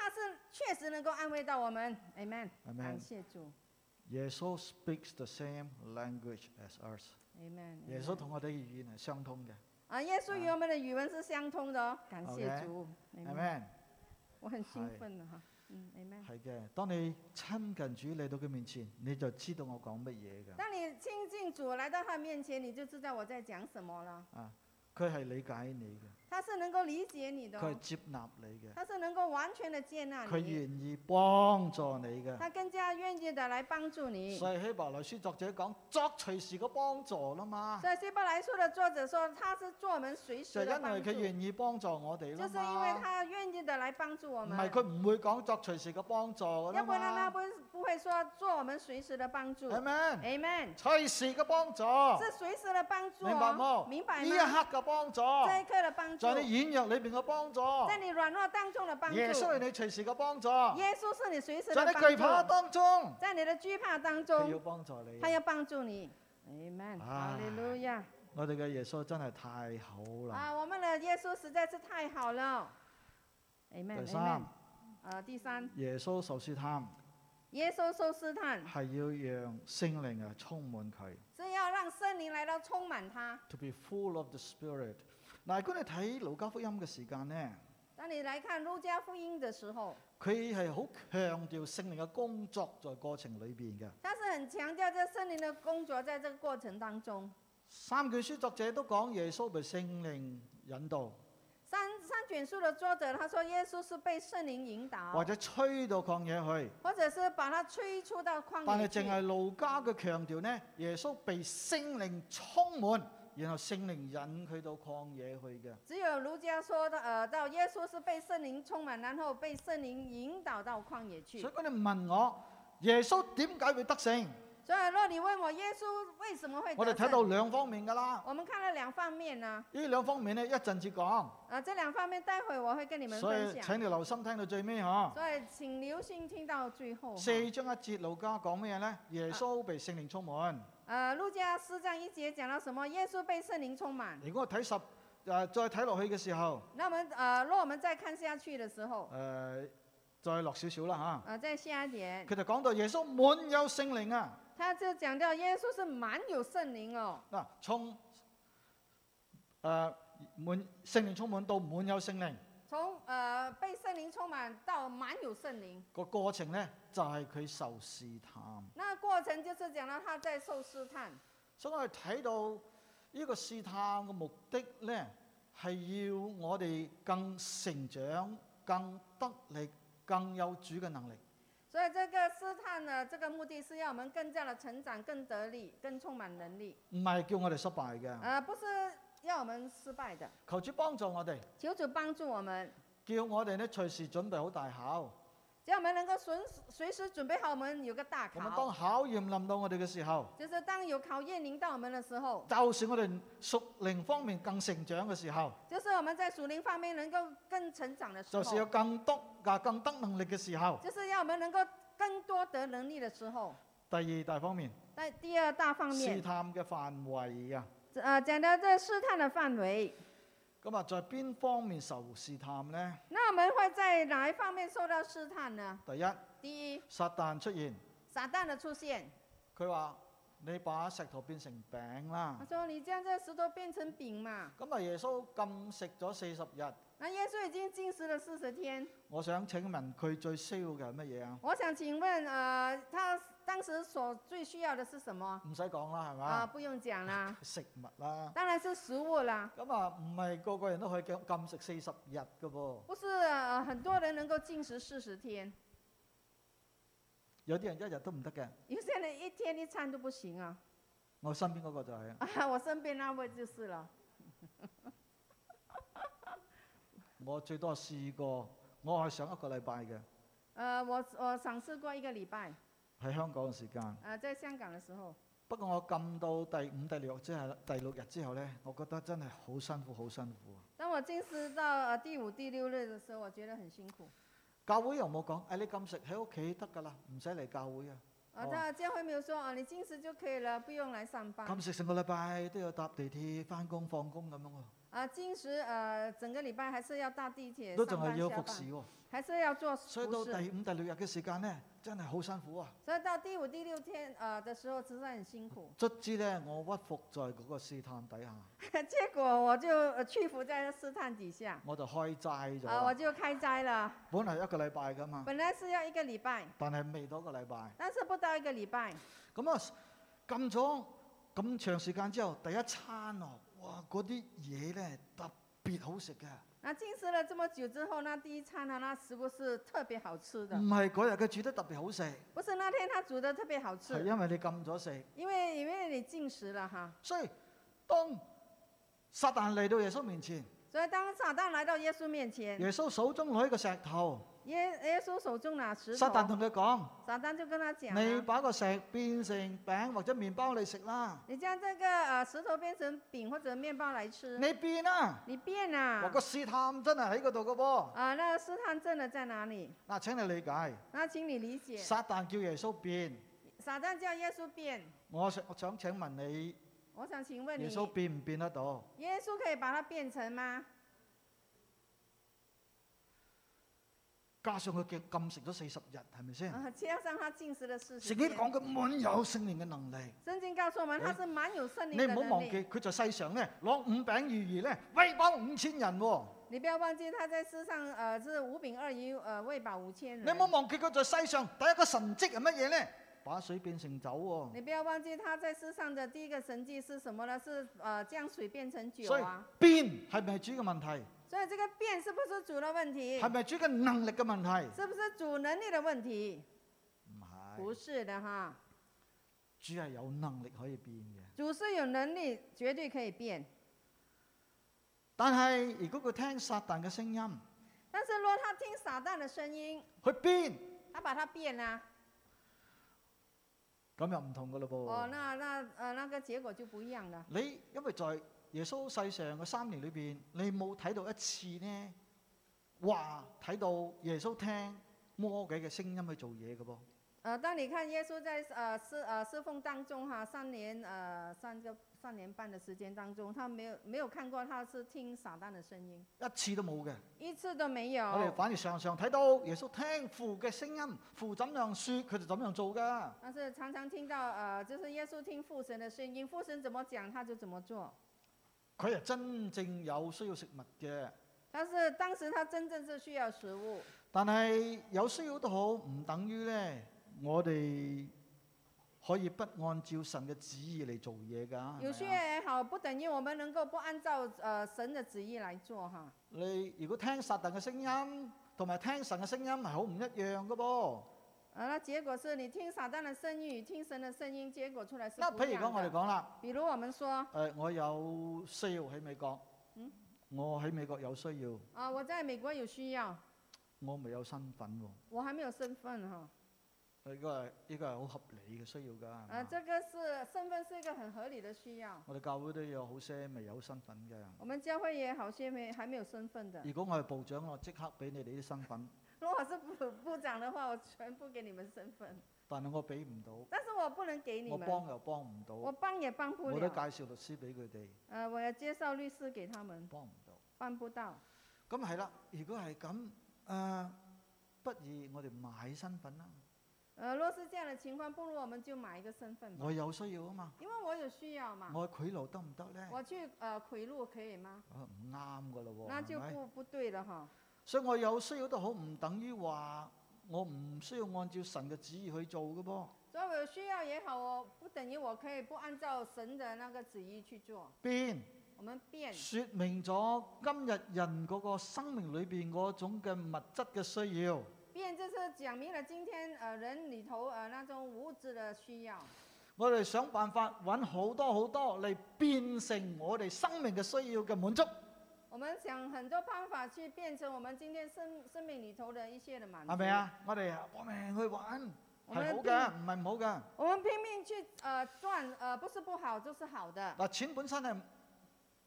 确实能够安慰到我们 ，Amen， Amen 感谢主耶穌 speaks the same language as us。 ，Amen。 耶穌同我哋嘅語言係相通嘅。 啊，耶穌與我們的語文是相通的哦，感謝主 Amen。 我很興奮啊哈，Amen。 係嘅，當你親近主嚟到佢面前，你就知道我講乜嘢㗎。 當你親近主來到他面前，你就知道我在講什麼了。 啊，佢係理解你嘅。 他是能夠理解你的， 佢係接納你嘅。 他是能夠完全的接納你， 佢願意幫助你嘅。 他更加願意的來幫助你。 所以希伯來書作者講作隨時嘅幫助啦嘛。 所以希伯來書的作者說，他是做我們隨時的幫助， 就因為佢願意幫助我哋啦嘛。 就是因為他願意的來幫助我們。 唔係佢唔會講作隨時嘅幫助㗎啦嘛。 要不然他不會說做我們隨時的幫助。 Amen。隨時嘅幫助。 是隨時的幫助。 明白冇？ 明白嗎？ 呢一刻嘅幫助。 這一刻的幫助。 在你軟弱裏邊嘅幫助。 在你軟弱當中的幫助。 耶穌係你隨時嘅幫助。 耶穌是你隨時的幫助。 在你懼怕當中。 在你的懼怕當中。 佢要幫助你。 他要幫助你。Amen。哈利路亞。 我哋嘅耶穌真係太好啦。 啊，我們的耶穌實在是太好了。Amen。 第三。 第三。 耶穌受試探。 耶穌受試探。 係要讓聖靈啊充滿佢。 是要讓聖靈來到充滿他。 To be full of the Spirit。嗱，如果你睇路加福音嘅時間呢， 當你來看路加福音嘅時候， 佢係好強調聖靈嘅工作在過程裏邊嘅。 他是很強調這聖靈嘅工作在這個過程當中。 三卷書作者都講耶穌被聖靈引導。 三卷書的作者，他說耶穌是被聖靈引導， 或者吹到曠野去， 或者是把他吹出到曠野去。 但係淨係路加嘅強調呢，耶穌被聖靈充滿，然後聖靈引佢到曠野去嘅。 只有路加說到耶穌是被聖靈充滿，然後被聖靈引導到曠野去。 所以你問我，耶穌點解會得勝？ 所以若你問我耶穌為什麼會得勝， 我哋睇到兩方面㗎啦。 我們看了兩方面呢。 呢兩方面呢，一陣至講。 這兩方面待會我會跟你們分享。 所以請你留心聽到最尾嚇。 所以請留心聽到最後。 4章1節路加講咩呢？耶穌被聖靈充滿。 路加4章1節講到什麼？耶穌被聖靈充滿。 如果我睇再睇落去嘅時候， 那若我們再看下去嘅時候， 再落少少啦嚇。 再下一點。 佢就講到耶穌滿有聖靈啊。 他就講到耶穌是滿有聖靈哦。 嗱，從聖靈充滿到滿有聖靈。 從被聖靈充滿到滿有聖靈。 個過程呢，就係佢受試探。 那過程就是講到他在受試探。 所以我哋睇到呢個試探嘅目的呢，係要我哋更成長、更得力、更有主嘅能力。 所以這個試探呢，這個目的是要我們更加的成長、更得力、更充滿能力。 唔係叫我哋失敗嘅。 不是要我們失敗的。 求主幫助我哋。 求主幫助我們。 叫我哋呢隨時準備好大考。 叫我們能夠隨時準備好，我們有個大考。 我們當考驗臨到我哋嘅時候， 就是當有考驗臨到我們嘅時候， 就算我哋屬靈方面更成長嘅時候， 就是我們在屬靈方面能夠更成長嘅時候， 就是有更得能力嘅時候， 就是要我們能夠更多得能力嘅時候。 第二大方面， 第二大方面， 試探嘅範圍啊。 講到這試探嘅範圍。 咁啊，在邊方面受試探呢？ 那我們會在哪一方面受到試探呢？第一， 撒旦出現。 撒旦的出現。 佢話：你把石頭變成餅啦。 他說：你將這石頭變成餅嘛。 咁啊，耶穌禁食咗40日。 那耶穌已經禁食了40天。 我想請問佢最需要嘅係乜嘢啊？ 我想請問，他當時所最需要的是什麼？ 唔使講啦，係嘛？ 不用講啦。 食物啦。 當然是食物啦。 咁啊，唔係個個人都可以禁食40日嘅噃。 不是很多人能夠禁食40天。 有啲人一日都唔得嘅。 有些人一天一餐都不行啊。 我身邊嗰個就係。 我身邊那位就是了。 我最多試過，我係上1個禮拜嘅。 我嘗試過1個禮拜。 喺香港嘅時間。 在香港嘅時候。 不過我禁到第5、第6日之後呢，我覺得真係好辛苦，好辛苦。 當我禁食到第5、第6日嘅時候，我覺得很辛苦。 教會又冇講，你禁食喺屋企得㗎啦，唔使嚟教會啊。 教會沒有說，你禁食就可以了，不用來上班。 禁食成個禮拜都要搭地鐵返工放工咁樣喎。 禁食整个禮拜還是要搭地鐵都仲係要上班下服侍喎。 班，還是要做所以到服侍。 第5、第6日嘅時間咧，真係好辛苦啊！ 所以到第5、第6天的時候，實在很辛苦。 卒之咧，我屈服在嗰個試探底下， 結果我就屈服在試探底下， 我就開齋咗。 我就開齋了。 本嚟1個禮拜噶嘛， 本來是要1個禮拜， 但係未到1個禮拜。 但是不到1個禮拜。 咁啊，禁咗咁長時間之後，第一餐喎，哇！嗰啲嘢咧特別好食嘅。 那禁食了這麼久之後，那第一餐呢，那食物是特別好吃的。 唔係嗰日佢煮得特別好食， 不是那天他煮得特別好吃， 係因為你禁咗食。 因為你禁食了哈。 所以當撒旦嚟到耶穌面前， 所以當撒旦來到耶穌面前， 耶穌手中攞一個石頭， 耶穌手中拿石頭， 撒旦同佢講： 撒旦就跟他講， 你把個石變成餅或者麵包嚟食啦。 你將這個石頭變成餅或者麵包來吃。 你變啊！ 你變啊！ 個試探真係喺嗰度嘅噃。 那個試探真的在哪裡？ 嗱，請你理解。 那請你理解。 撒旦叫耶穌變。 撒旦叫耶穌變。 我想請問你。 我想請問你。 耶穌變唔變得到？ 耶穌可以把它變成嗎？ 加上佢禁食咗40日，係咪先？ 加上他禁食了40天。 聖經講佢滿有聖靈嘅能力。 聖經告訴我們，他是滿有聖靈嘅能力。 你唔好忘記，佢在世上咧攞5餅2魚咧餵飽5000人喎。 你不要忘記，他在世上是5餅2魚餵飽5000人。 你唔好忘記佢在世上第一個神蹟係乜嘢咧？把水變成酒喎。 你不要忘記，他在世上的第一個神蹟是什麼呢？是將水變成酒啊。 所以變係咪主嘅問題？ 所以這個變是不是主的問題？ 係咪主嘅能力嘅問題？ 是不是主能力的問題？ 唔係。 不是的哈。 主係有能力可以變嘅。 主是有能力，絕對可以變。 但係如果佢聽撒旦嘅聲音， 但是若他聽撒旦的聲音， 去變， 他把它變啦， 咁又唔同噶咯噃。 哦，那個結果就不一樣了。 你因為在耶穌世上嘅3年裏邊，你冇睇到一次呢，話睇到耶穌聽魔鬼嘅聲音去做嘢嘅噃。 當你看耶穌在侍奉當中哈，3年半的時間當中，他沒有看過他是聽撒旦的聲音， 一次都冇嘅， 一次都沒有。 我哋反而常常睇到耶穌聽父嘅聲音，父怎樣説佢就怎樣做噶。 但是常常聽到就是耶穌聽父神的聲音，父神怎麼講他就怎麼做。 佢係真正有需要食物嘅， 但是當時他真正是需要食物。 但係有需要都好，唔等於咧我哋可以不按照神嘅旨意嚟做嘢㗎。 有需要也好，不等於我們能夠不按照神的旨意來做哈。 你如果聽撒旦嘅聲音，同埋聽神嘅聲音係好唔一樣嘅噃。 那結果是你聽撒旦的聲音，聽神的聲音，結果出來是不一樣的。 譬如講我哋講啦， 比如我們說， 我有需要喺美國，我喺美國有需要。 我在美國有需要， 我未有身份喎。 我還沒有身份哈。 呢個係好合理嘅需要㗎。 這個是身份是一個很合理的需要。 我哋教會都有好些未有身份嘅。 我們教會也好些還沒有身份的。 如果我係部長，我即刻俾你哋啲身份。 如果我是部長的話，我全部給你們身份。 但係我俾唔到。 但是我不能給你們。 我幫又幫唔到。 我幫也幫不了。 我都介紹律師俾佢哋。 我要介紹律師給他們。 幫唔到。 幫不到。 咁係啦，如果係咁，不如我哋買身份啦。 若是這樣的情況，不如我們就買一個身份吧。 我有需要啊嘛。 因為我有需要嘛。 我賄賂得唔得咧？ 我去賄賂可以嗎？ 唔啱噶咯喎。 那就不對了哈。 所以我有需要都好，唔等於話我唔需要按照神嘅旨意去做嘅噃。 所以我有需要也好，我不等於我可以不按照神的那個旨意去做。 變。 我們變。說明咗今日人嗰個生命裏邊嗰種嘅物質嘅需要。 變就是講明了今天人裏頭那種物質的需要。 我哋想辦法揾好多嚟變成我哋生命嘅需要嘅滿足。 我們想很多辦法去變成我們今天生命裏頭的一些的滿足。 係咪啊？我哋搏命去玩係好嘅，唔係唔好嘅。 我們拼命去賺，不是不好，就是好的。 嗱，錢本身係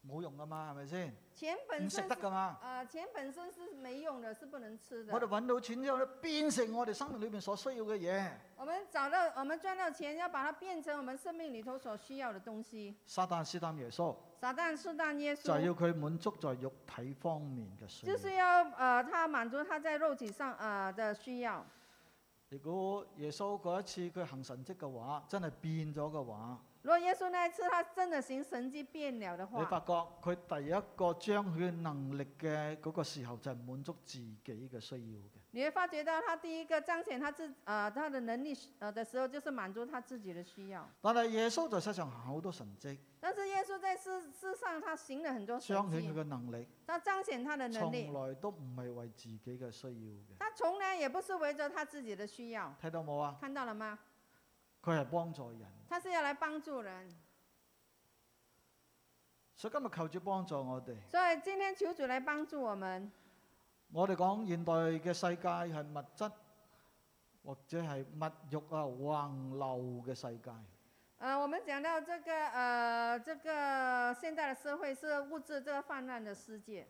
冇用噶嘛，係咪先？ 錢本身唔食得噶嘛。 錢本身是沒用的，是不能吃的。 我哋揾到錢之後咧，變成我哋生命裏邊所需要嘅嘢。 我們賺到錢，要把它變成我們生命裏頭所需要的東西。 撒旦試探耶穌， 撒旦試探耶穌， 就係要佢滿足在肉體方面嘅需要。 就是要他滿足他在肉體上的需要。 如果耶穌嗰一次佢行神蹟嘅話，真係變咗嘅話， 如果耶穌那一次他真的行神蹟變了的話， 你發覺佢第一個彰顯能力嘅嗰個時候就係滿足自己嘅需要嘅。 你會發覺到他第一個彰顯他的能力的時候，就是滿足他自己的需要。 但係耶穌在世上行好多神蹟， 但是耶穌在世上他行了很多神蹟， 彰顯佢嘅能力， 他彰顯他的能力， 從來都唔係為自己嘅需要嘅。 他從來也不是為着他自己的需要。 睇到冇啊？ 看到了嗎？ 佢係幫助人， 他是要來幫助人。 所以今日求主幫助我哋。 所以今天求主來幫助我們。 我哋講現代嘅世界係物質或者係物欲橫流嘅世界。 我們講到這個現代的社會是物質這個泛濫的世界。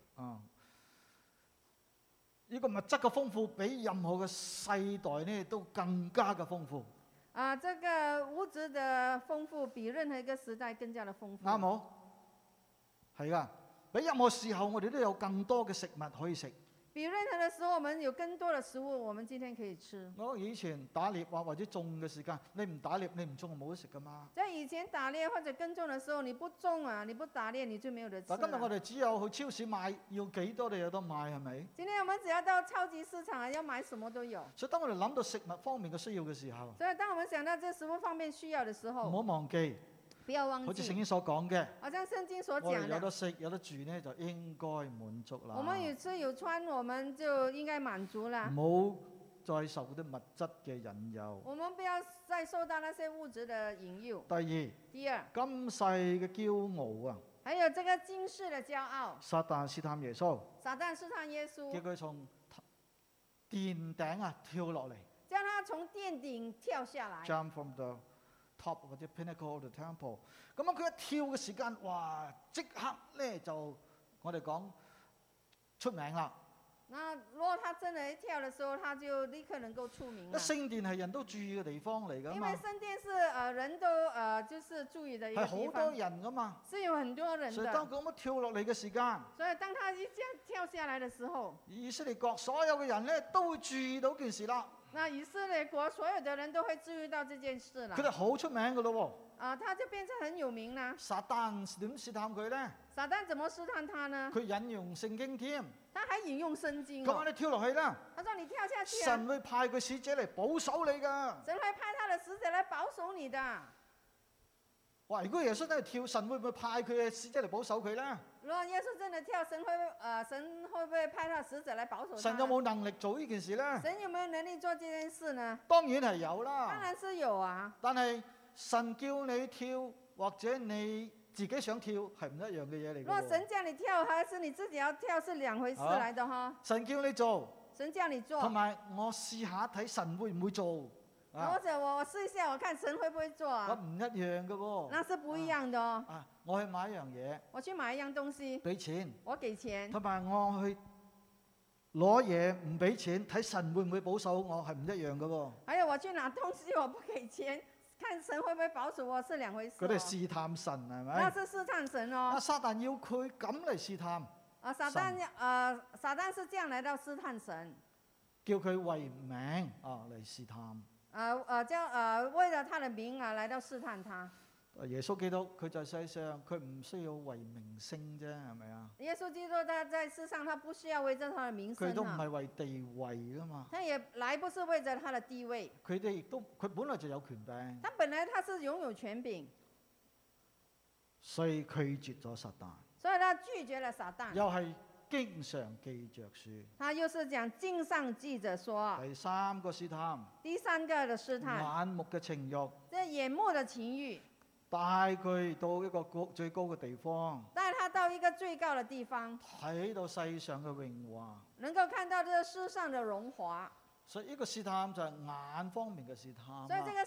呢個物質嘅豐富比任何嘅世代呢都更加嘅豐富。 這個物質的豐富比任何一個時代更加的豐富。 啱冇？係噶，比任何時候我哋都有更多嘅食物可以食。 比任何的時候，我們有更多的食物，我們今天可以吃。 我以前打獵或者種嘅時間，你唔打獵，你唔種就冇得食噶嘛。 在以前打獵或者耕種的時候，你不種你不打獵，你就沒有得吃。 但今日我哋只有去超市買，要幾多都有得買，係咪？ 今天我們只要到超級市場，要買什麼都有。 所以當我哋諗到食物方面嘅需要嘅時候， 所以當我們想到這食物方面需要的時候， 唔好忘記。 不要忘記， 好似聖經所講嘅， 好像聖經所講的， 我哋有得食有得住呢，就應該滿足啦。 我們有吃有穿，我們就應該滿足啦。 唔好再受嗰啲物質嘅引誘。 我們不要再受到那些物質的引誘。第二， 今世嘅驕傲啊， 還有這個今世的驕傲。 撒旦試探耶穌， 撒旦試探耶穌， 叫佢從殿頂跳落嚟， 叫他從殿頂跳下來。 Jump from the top 或者 pinnacle of the temple。咁樣佢一跳嘅時間，哇！即刻咧就我哋講出名啦。 那如果他真的一跳的時候，他就立刻能夠出名了。 聖殿係人都注意嘅地方嚟㗎嘛。 因為聖殿是人都就是注意的一個地方。 係好多人㗎嘛。 是有很多人的。 所以當佢咁樣跳落嚟嘅時間， 所以當他一這樣跳下來的時候， 以色列國所有嘅人咧都會注意到件事啦。 那以色列國所有的人都會注意到這件事啦。 佢哋好出名㗎咯喎。 他就變成很有名啦。 撒旦點試探佢咧？ 撒旦怎麼試探他呢？ 佢引用聖經添。 他還引用聖經。 咁我哋跳落去啦。 他說你跳下去。 神會派佢使者嚟保守你㗎。 神會派他的使者來保守你的。 哇！如果耶穌真係跳，神會唔會派佢嘅使者嚟保守佢咧？ 如果耶穌真的跳，神會不會派他的使者來保守他？ 神有冇能力做呢件事咧？ 神有沒有能力做這件事呢？ 當然係有啦。 當然是有啊。 但係神叫你跳，或者你自己想跳，係唔一樣嘅嘢嚟㗎。 如果神叫你跳，還是你自己要跳，是兩回事來的哈。 神叫你做， 神叫你做， 同埋我試下睇神會唔會做。 或者我試一下，我看神會不會做啊？ 咁唔一樣嘅喎。 那是不一樣的哦。 我去買一樣嘢。 我去買一樣東西。 俾錢。 我給錢。 同埋我去攞嘢唔俾錢，睇神會唔會保守我，係唔一樣嘅喎。 還有我去拿東西，我不給錢，看神會不會保守我，是兩回事。 佢哋試探神係咪？ 那是試探神哦。 撒旦要佢咁嚟試探。 撒旦是這樣來到試探神， 叫佢為名嚟試探。 為了他的名來到試探他。 耶穌基督佢在世上，佢唔需要為名聲啫，係咪啊？ 耶穌基督他在世上，他不需要為着他的名聲。 佢都唔係為地位噶嘛。 他也來不是為着他的地位。 佢哋亦都，佢本來就有權柄。 他本來他是擁有權柄， 所以拒絕咗撒旦。 所以他拒絕了撒旦。 又係經常記着說。 他又是講經上記着說。 第三個試探。 第三個的試探。 眼目嘅情慾。 即係眼目的情慾。 帶佢到一個最高嘅地方， 帶他到一個最高的地方， 睇到世上嘅榮華， 能夠看到這個世上的榮華。 所以呢個試探就係眼方面嘅試探。 所以這個試探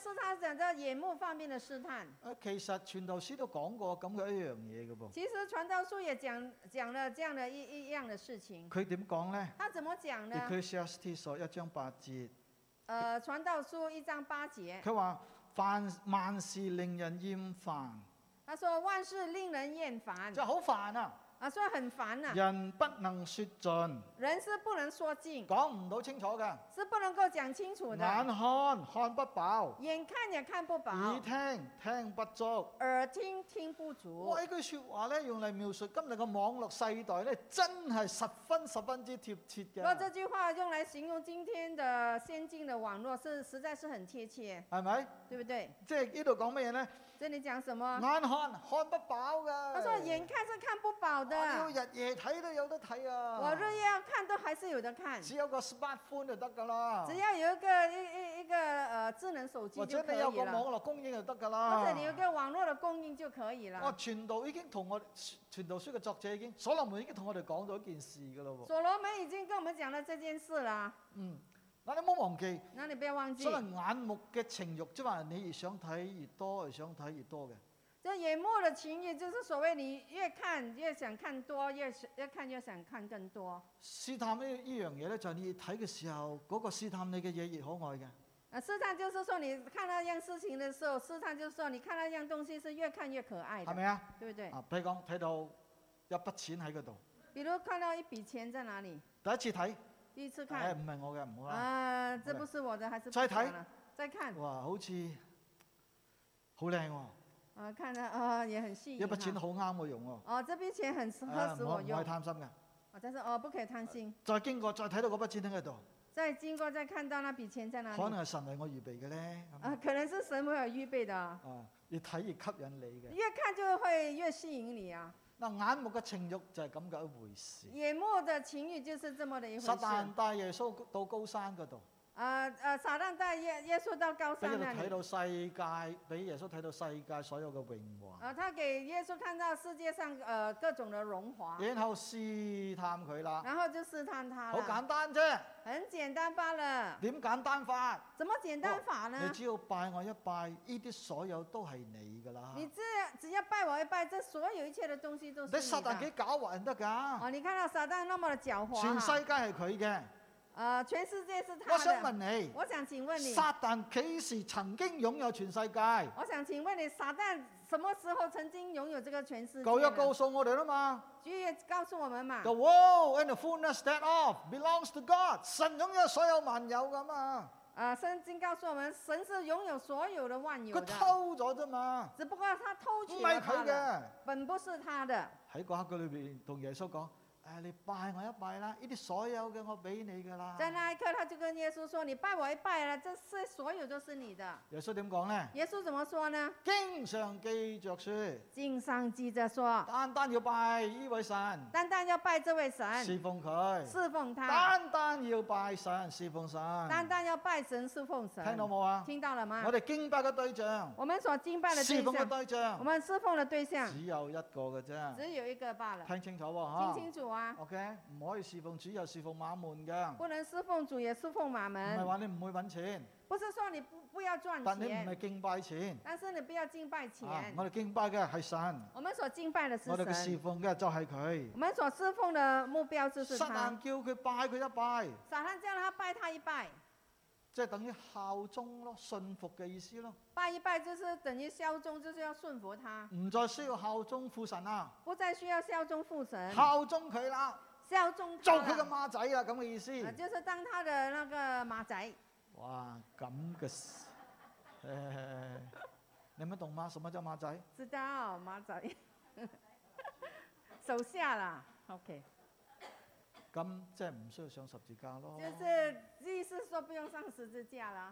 講到眼目方面的試探。 其實傳道書都講過咁嘅一樣嘢嘅噃。 其實傳道書也講了這樣的一樣的事情。 佢點講呢？ 他怎麼講呢？ Ecclesiastes 1章8節。 傳道書1章8節。 佢話萬事令人厭煩。 他說萬事令人厭煩。 就好煩啊！ 所以很煩啊。 人不能說盡。 人是不能說盡。 講唔到清楚㗎。 是不能夠講清楚的。 眼看不飽。 眼看也看不飽。 耳聽不足。 耳聽不足。 哇！呢句説話咧，用嚟描述今日嘅網絡世代咧，真係十分之貼切嘅。 那這句話用來形容今天的先進的網絡，實在是很貼切。 係咪？ 對不對？ 即係呢度講乜嘢咧？ 這裡講什麼？ 眼看不飽㗎。 他說眼看是看不飽的。 我要日夜睇都有得睇啊！ 我日夜要看都還是有得看。 只有個 smartphone 就得㗎啦。 只要有一個智能手機就可以了。 或者你有個網絡供應就得㗎啦。 或者你有個網絡的供應就可以了。 傳道已經同我傳道書嘅作者已經所羅門已經同我哋講咗一件事㗎啦喎。 所羅門已經跟我們講了這件事啦。 嗱，你唔好忘記。 那你不要忘記。 所謂眼目嘅情慾，即係話你越想睇越多，越想睇越多嘅。 這眼目的情慾，就是所謂你越看越想看多，越看越想看更多。 試探呢樣嘢咧，就係你睇嘅時候，嗰個試探你嘅嘢越可愛嘅。 試探就是說，你看那樣事情的時候，試探就是說，你看那樣東西是越看越可愛的。 係咪啊？ 對不對？ 譬如講睇到一筆錢喺嗰度。 比如看到一筆錢在哪裡？ 第一次睇。 第一次看。 唔係我嘅，唔好啦。 這不是我的，還是再睇。 再看。 哇，好似好靚喎。 看到也很細。 一筆錢好啱我用喎。 這筆錢很合適我用。 唔可以貪心嘅。 但是不可以貪心。 再經過，再睇到嗰筆錢喺度。 再經過，再看到那筆錢在哪裡？ 可能係神為我預備嘅咧。 可能是神為我預備的。 越睇越吸引你嘅。 越看就會越吸引你啊。 嗱，眼目嘅情慾就係咁嘅一回事。 眼目嘅情慾就是這麼的一回事。 撒旦帶耶穌到高山嗰度。 撒旦帶耶穌到高山那裡。 俾耶穌睇到世界，俾耶穌睇到世界所有嘅榮華。 他給耶穌看到世界上各種的榮華。然後試探佢啦。然後就試探他。好簡單啫。很簡單罷了。點簡單法？怎麼簡單法呢？你只要拜我一拜，呢啲所有都係你㗎啦。你只要拜我一拜，這所有一切的東西都是你的。你撒旦幾狡猾得㗎？你看到撒旦那麼的狡猾。全世界係佢嘅。全世界是他的。我想問你，我想請問你，撒旦幾時曾經擁有全世界？我想請問你，撒旦什麼時候曾經擁有這個全世界？舊約告訴我哋啦嘛。舊約告訴我們嘛。The world and the fullness thereof belongs to God。神擁有所有萬有㗎嘛。聖經告訴我們，神是擁有所有的萬有的。佢偷咗啫嘛。只不過他偷取了他的，本不是他的。喺嗰刻裏邊同耶穌講。你拜我一拜啦，呢啲所有嘅我俾你噶啦。在那一刻，他就跟耶穌說：你拜我一拜啦，這些所有都是你的。耶穌點講呢？耶穌怎麼說呢？經上記着說。經上記着說。單單要拜呢位神。單單要拜這位神。侍奉佢。侍奉他。單單要拜神，侍奉神。單單要拜神，侍奉神。聽到冇啊？聽到了嗎？我哋敬拜嘅對象。我們所敬拜的對象。侍奉嘅對象。我們侍奉的對象。只有一個嘅啫。只有一個罷了。聽清楚喎，聽清楚啊。OK， 唔可以侍奉主又侍奉馬門嘅。不能侍奉主也侍奉馬門。唔係話你唔會揾錢。不是說你不要賺錢。但你唔係敬拜錢。但是你不要敬拜錢。我哋敬拜嘅係神。我們所敬拜的是神。我哋嘅侍奉嘅就係佢。我們所侍奉的目標就是他。撒旦叫佢拜佢一拜。撒旦叫他拜他一拜。即係等於效忠咯，信服嘅意思咯。拜一拜就是等於效忠，就是要順服他。唔再需要效忠父神啊！不再需要效忠父神。效忠佢啦。效忠他。做佢嘅馬仔啊，咁嘅意思。就是當他的那個馬仔。哇，咁嘅事。你們懂嗎？什麼叫馬仔？知道馬仔。手下啦 ，OK。咁即係唔需要上十字架咯。就是意思說不用上十字架啦。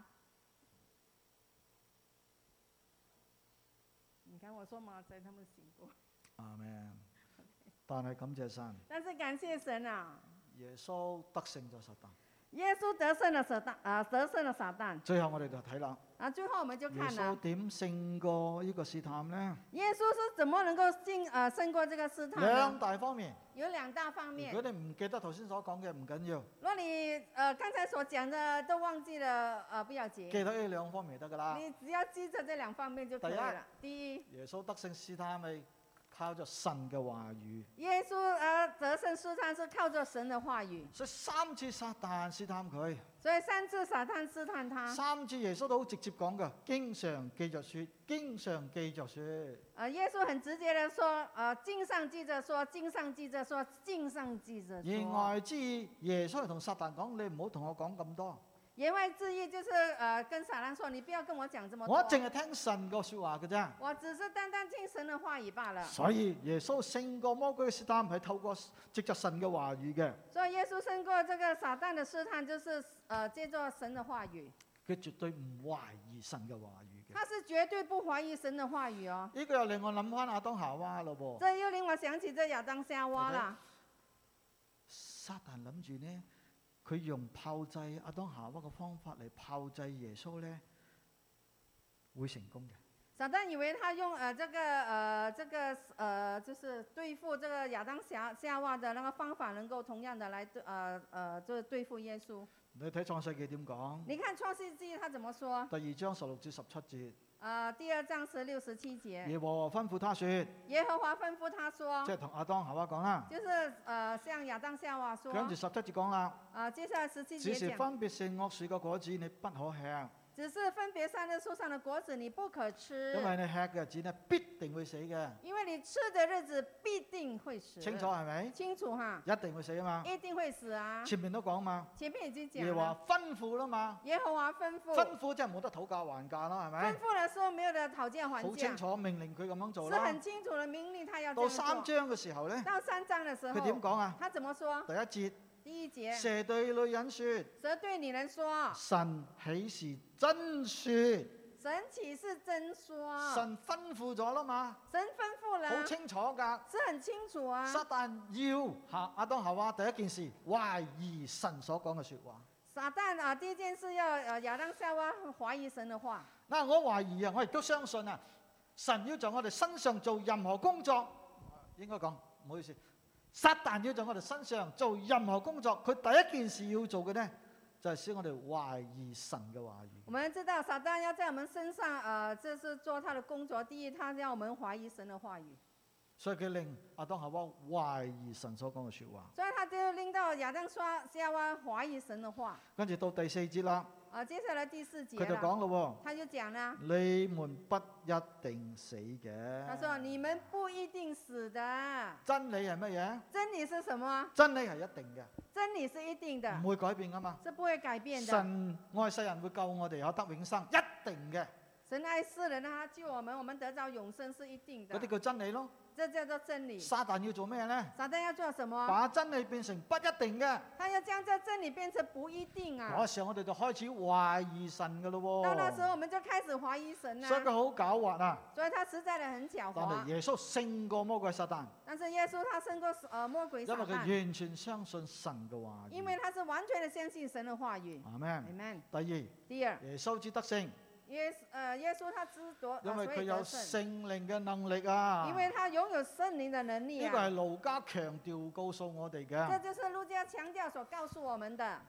你看我說馬仔，他們信過。阿們。但係感謝神。但是感謝神啊。耶穌得勝咗撒旦。耶穌得勝了撒旦。得勝了撒旦。最後我哋就睇啦。 啊，最後我們就看了耶穌點勝過呢個試探呢？ 耶穌是怎麼能夠勝過這個試探呢？ 兩大方面。 有兩大方面。 如果你唔記得頭先所講嘅唔緊要。 如果你剛才所講的都忘記了，不要緊。 記得呢兩方面就得㗎啦。 你只要記着這兩方面就可以了。第一， 耶穌得勝試探係靠着神嘅話語。 耶穌得勝試探是靠着神的話語。 所以3次撒旦試探佢。 所以3次撒旦試探他。 3次耶穌都好直接講嘅，經常記着說，經常記着說。 耶穌很直接的說，經上記着說，經上記着說，經上記着說。 言外之意，耶穌係同撒旦講：你唔好同我講咁多。 言外之意就是跟撒旦說，你不要跟我講這麼多。 我淨係聽神個說話嘅啫。 我只是單單聽神的話語罷了。 所以耶穌勝過魔鬼嘅試探係透過藉着神嘅話語嘅。 所以耶穌勝過這個撒旦的試探，就是借助神的話語。 佢絕對唔懷疑神嘅話語嘅。 他是絕對不懷疑神的話語哦。 呢個又令我諗翻亞當夏娃咯噃。 這又令我想起這亞當夏娃啦。 撒旦諗住呢？佢用炮製亞當夏娃嘅方法嚟炮製耶穌咧，會成功嘅。 撒旦以為他用就是對付這個亞當夏娃的那個方法，能夠同樣的來就對付耶穌。 你睇創世記點講？ 你看創世記他怎麼說？ 第2章16至17節。 第2章16、17節。 耶和華吩咐他說。 耶和華吩咐他說。 即係同亞當夏娃講啦。 就是向亞當夏娃說。 跟住17節講啦。 接下來17節講。 只是分別善惡樹嘅果子你不可吃。 只是分別善惡樹上的果子你不可吃。 因為你吃嘅日子呢必定會死嘅。 因為你吃的日子必定會死。 清楚係咪？ 清楚哈。 一定會死啊嘛。 一定會死啊。 前面都講嘛。 前面已經講了。 耶和華吩咐啦嘛。 耶和華吩咐。 吩咐即係冇得討價還價啦，係咪？ 吩咐的時候沒有得討價還價。 好清楚命令佢咁樣做啦。 是很清楚的命令他要。 到3章嘅時候咧。 到3章嘅時候。 佢點講啊？ 他怎麼說？ 第1節。 第1節。 蛇對女人說。 蛇對女人說。 神豈是真說？ 神豈是真說？ 神吩咐咗啦嘛。 神吩咐了。 好清楚㗎。 是很清楚啊。 撒旦要亞當夏娃第一件事懷疑神所講嘅説話。 撒旦第一件事要亞當夏娃懷疑神的話。 嗱，我懷疑啊，我亦都相信啊，神要在我哋身上做任何工作，應該講唔好意思。撒旦要在我哋身上做任何工作，佢第一件事要做嘅呢，就係使我哋懷疑神嘅話語。 我們知道撒旦要在我們身上，就是做他的工作。第一，他要我們懷疑神的話語。 所以佢令亞當夏娃懷疑神所講嘅説話。 所以他就令到亞當夏娃懷疑神的話。 跟住到第4節啦。 接下來第4節。 佢就講咯喎。 他就講啦。 你們不一定死嘅。 他說：你們不一定死的。 真理係乜嘢？ 真理是什麼？ 真理係一定嘅。 真理是一定的。 唔會改變噶嘛。 是不會改變的。 神愛世人會救我哋有得永生，一定嘅。 神愛世人，他救我們得到永生是一定的。 嗰啲叫真理咯。 這叫做真理。 撒旦要做咩呢？ 撒旦要做什麼？ 把真理變成不一定嘅。 他要將這真理變成不一定啊！ 嗰時候我哋就開始懷疑神噶咯喎。 到那時候我們就開始懷疑神啦。 所以佢好狡猾啊！ 所以他實在的很狡猾。 但係耶穌勝過魔鬼撒旦。 但是耶穌他勝過魔鬼撒旦。 因為佢完全相信神嘅話語。 因為他是完全的相信神的話語。 阿們。 Amen。 第二。耶穌之得勝。 耶穌他知道， 因為佢有聖靈嘅能力啊！ 因為他擁有聖靈的能力啊！ 呢個係路加強調告訴我哋嘅。 這就是路加強調所告訴我們的。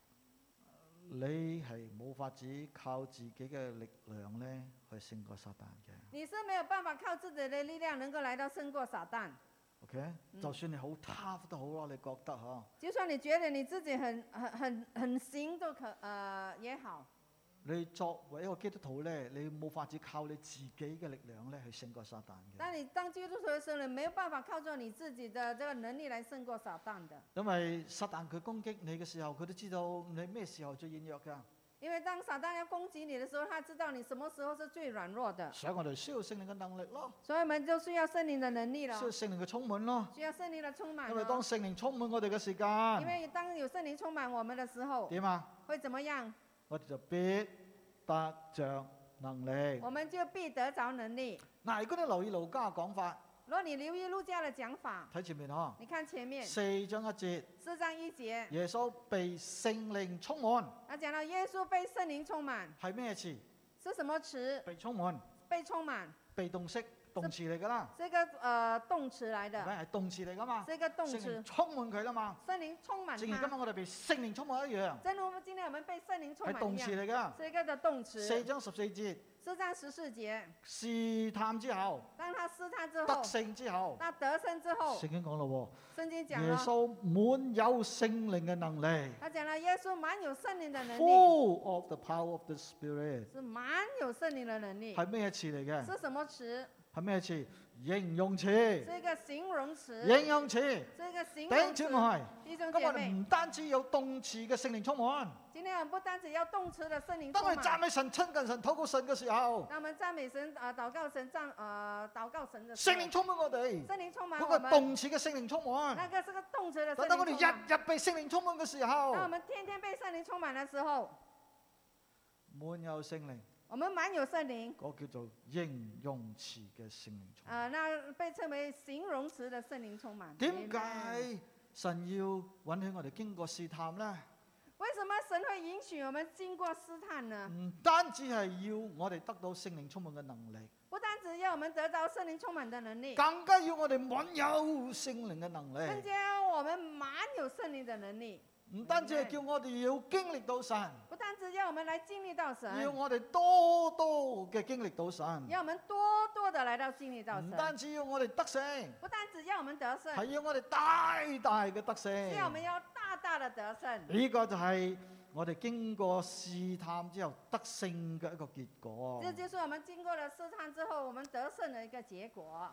你係冇法子靠自己嘅力量咧去勝過撒旦嘅。 你是沒有辦法靠自己的力量能夠來到勝過撒旦。 OK，就算你好 tough 都好咯，你覺得嗬？ 就算你覺得你自己很行都也好。 你作為一個基督徒咧，你冇法子靠你自己嘅力量咧去勝過撒旦嘅。 但你當基督徒嘅時候，你沒有辦法靠著你自己的這個能力來勝過撒旦的。 因為撒旦佢攻擊你嘅時候，佢都知道你咩時候最軟弱㗎。 因為當撒旦要攻擊你嘅時候，他知道你什麼時候是最軟弱的。 所以我哋需要聖靈嘅能力咯。 所以我們就需要聖靈嘅能力咯。 需要聖靈嘅充滿咯。 需要聖靈嘅充滿。 因為當聖靈充滿我哋嘅時間。 因為當有聖靈充滿我們嘅時候。 點啊？ 會怎麼樣？ 我哋就必得着能力， 我們就必得着能力。 嗱，如果你留意路加嘅講法， 如果你留意路加嘅講法， 睇前面嗬， 你看前面 4章1節 ，4章1節， 耶穌被聖靈充滿。 講到耶穌被聖靈充滿， 係咩詞？ 是什麼詞？ 被充滿。 被充滿。 被動式。動詞嚟㗎啦， 這個動詞來的， 係動詞嚟㗎嘛， 這個動詞聖靈充滿佢啦嘛， 聖靈充滿，正如今日我哋被聖靈充滿一樣， 正如今天我們被聖靈充滿一樣， 係動詞嚟㗎， 是一個的動詞。 4章14節 ，4章14節， 試探之後， 當他試探之後， 得勝之後， 那得勝之後， 聖經講咯喎， 聖經講耶穌滿有聖靈嘅能力， 他講了耶穌滿有聖靈的能力 ，full of the power of the Spirit， 是滿有聖靈的能力， 係咩詞嚟嘅？ 是什麼詞？ 係咩詞？形容詞， 是一個形容詞， 形容詞， 是一個形容詞。弟兄姐妹， 咁我哋唔單止有動詞嘅聖靈充滿， 今天我們不單止要動詞的聖靈充滿。 當我哋讚美神、親近神、禱告神嘅時候， 當我們讚美神、禱告神、禱告神的聖靈充滿我哋， 聖靈充滿嗰個動詞嘅聖靈充滿， 那個是個動詞的聖靈充滿。 等我哋日日被聖靈充滿嘅時候， 當我們天天被聖靈充滿的時候， 滿有聖靈。 我們滿有聖靈， 嗰叫做形容詞嘅聖靈充滿。 那被稱為形容詞的聖靈充滿。 點解神要允許我哋經過試探呢？ 為什麼神會允許我們經過試探呢？ 唔單止係要我哋得到聖靈充滿嘅能力， 不單止要我們得到聖靈充滿的能力， 更加要我哋滿有聖靈嘅能力。 更加要我們滿有聖靈的能力。 唔單止係叫我哋要經歷到神， 不單止要我們來經歷到神， 要我哋多多嘅經歷到神， 要我們多多的來到經歷到神。 唔單止要我哋得勝， 不單止要我們得勝， 係要我哋大大嘅得勝。 是要我們要大大的得勝。 呢個就係我哋經過試探之後得勝嘅一個結果。 這就是我們經過了試探之後，我們得勝的一個結果。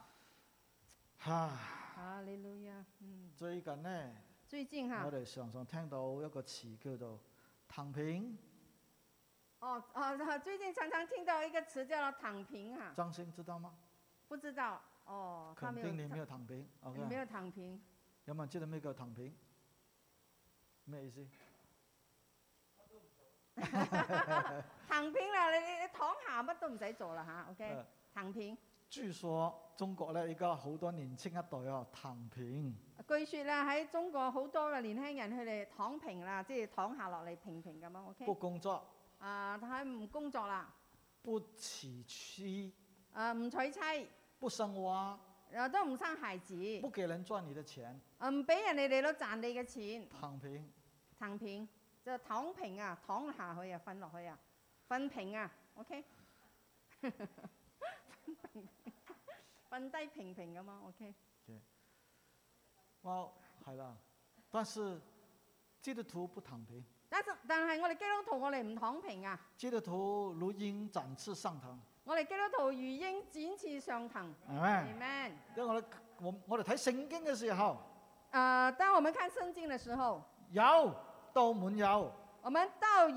哈利路亞。 最近呢？ 最近哈， 我哋常常聽到一個詞叫做躺平。 最近常常聽到一個詞叫做躺平哈。 張生知道嗎？ 不知道。 肯定你沒有躺平。 你沒有躺平。 有冇人知道咩叫躺平？咩意思？ 躺平啦，你躺下乜都唔使做啦吓。OK，躺平。據說中國咧，而家好多年輕一代躺平。 據說咧喺中國好多嘅年輕人佢哋躺平啦，即係躺下落嚟平平咁樣。OK。 不工作。 佢唔工作啦。 不娶妻。 唔娶妻。 不生娃。 都唔生孩子。 不給人賺你的錢。 唔俾人哋嚟到賺你嘅錢。 躺平。 躺平就躺平啊，躺下去啊，瞓落去啊，瞓平啊。OK。瞓低平平咁嘛 ，OK。 係啦，但是基督徒不躺平。 但係我哋基督徒，我哋唔躺平啊。 基督徒如鷹展翅上騰。 我哋基督徒如鷹展翅上騰。Amen。 因為我哋睇聖經嘅時候， 當我們看聖經嘅時候， 有到滿有。 我們到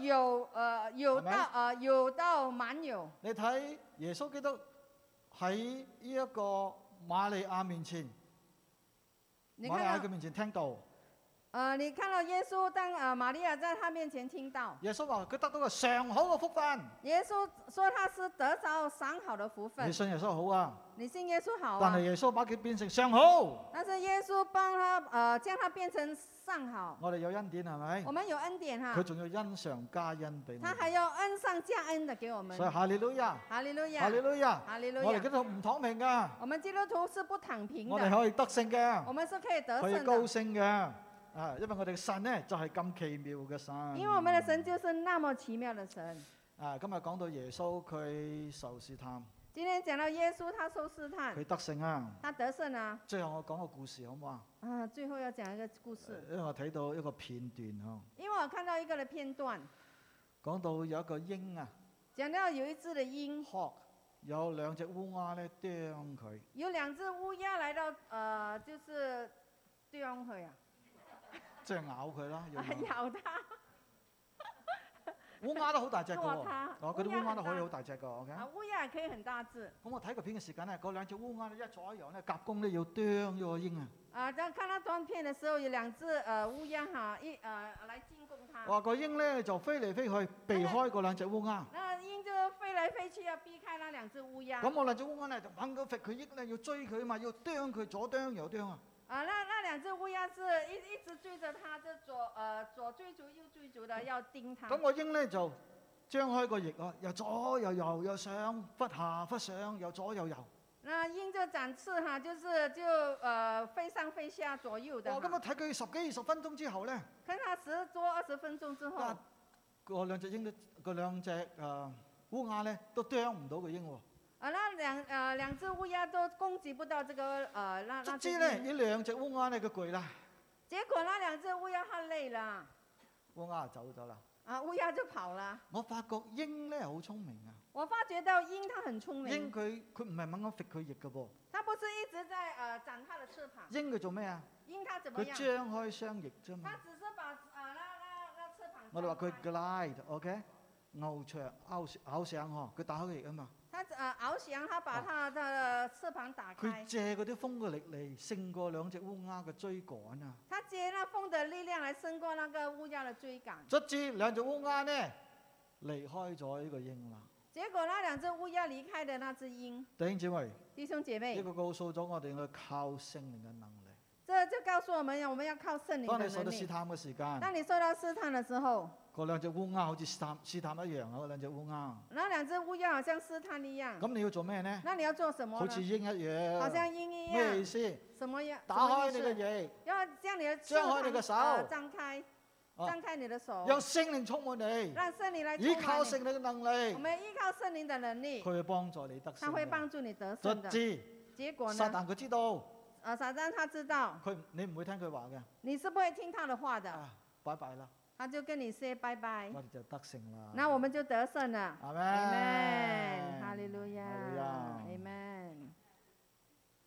有到滿有。你睇耶穌基督喺呢一個瑪利亞面前，瑪利亞嘅面前聽到。 你看到耶穌當瑪利亞在他面前聽到。 耶穌話佢得到個上好嘅福分。 耶穌說他是得到上好的福分。 你信耶穌好啊？ 你信耶穌好啊？ 但係耶穌把佢變成上好。 但是耶穌幫他將他變成上好。 我哋有恩典係咪？ 我們有恩典哈。 佢仲要恩上加恩俾我。 他還要恩上加恩的給我們。 所以哈利路亞。 哈利路亞。 哈利路亞。 哈利路亞。 我哋基督徒唔躺平噶。 我們基督徒是不躺平的。 我哋可以得勝嘅。 我們是可以得勝的。 可以高升嘅。因為我哋嘅神呢就係咁奇妙嘅神。 因為我們的神就是那麼奇妙的神。 今日講到耶穌佢受試探。 今天講到耶穌他受試探。 佢得勝啊。 他得勝啊。 最後我講個故事好唔好啊？ 最後要講一個故事。 因為我睇到一個片段嗬。 因為我看到一個嘅片段。 講到有一個鷹啊。 講到有一隻嘅鷹。 Hawk，有兩隻烏鴉咧啄佢。 有兩隻烏鴉來到就是啄佢啊。 即係咬佢啦， 咬他。 烏鴉都好大隻㗎喎。 嗰啲烏鴉都可以好大隻㗎。OK。 烏鴉可以很大隻。 咁我睇個片嘅時間咧，嗰兩隻烏鴉咧一左一右咧夾攻咧要啄咗個鷹啊。 當看到短片嘅時候，有兩隻烏鴉來進攻它。 哇！個鷹咧就飛嚟飛去避開嗰兩隻烏鴉。 那鷹就飛來飛去要避開那兩隻烏鴉。 咁我兩隻烏鴉咧就猛咁揈佢鷹咧，要追佢嘛，要啄佢左啄右啄啊。 那兩隻烏鴉是一直追着它，就左追逐右追逐的，要盯它。 咁個鷹咧就張開個翼啊，又左又右，又上忽下忽上，又左又右。 那鷹就展翅哈，飛上飛下左右的。 我今日睇佢10幾20分鐘之後咧， 看他10多20分鐘之後， 嗰兩隻烏鴉咧都啄唔到個鷹喎。 那兩隻烏鴉都攻擊不到這個卒之咧，呢兩隻烏鴉咧佢攰啦。 結果那兩隻烏鴉它累了， 烏鴉就走咗啦。 烏鴉就跑了。 我發覺鷹咧好聰明啊。 我發覺到鷹它很聰明。 鷹佢唔係猛咁揈佢翼嘅噃。 它不是一直在展它的翅膀。 鷹佢做咩啊？ 鷹它怎麼樣？ 佢張開雙翼啫嘛。 它只是把那翅膀。 我哋話佢 glide，OK？翱翔嗬，佢打開翼啊嘛。 它翱翔，它把它的翅膀打開。 佢借嗰啲風嘅力嚟勝過兩隻烏鴉嘅追趕啊！ 它借那風的力量嚟勝過那個烏鴉的追趕。 卒之兩隻烏鴉呢離開咗呢個鷹啦。 結果那兩隻烏鴉離開的那隻鷹。 弟兄姐妹， 呢個告訴咗我哋要靠聖靈嘅能力。 這就告訴我們要靠聖靈的能力。 當你受到試探嘅時間。 當你受到試探的時候。 嗰兩隻烏鴉好似試探一樣啊！嗰兩隻烏鴉。 那兩隻烏鴉好像試探一樣。 咁你要做咩呢？ 那你要做什麼呢？ 好似鷹一樣。 好像鷹一樣。 咩意思？ 什麼呀？ 打開你嘅翼。 要將你的張開你嘅手。 張開你的手。 讓聖靈充滿你。 讓聖靈來充滿你。 依靠聖靈嘅能力。 我們依靠聖靈的能力。 佢會幫助你得勝。 他會幫助你得勝的。結果呢？ 撒旦佢知道。 撒旦他知道。 你唔會聽佢話嘅。 你是不會聽他的話的。 拜拜啦。 他就跟你 say 拜拜。 我哋就得勝啦。 那我們就得勝了。 阿們。 阿們。哈利路亞。阿們。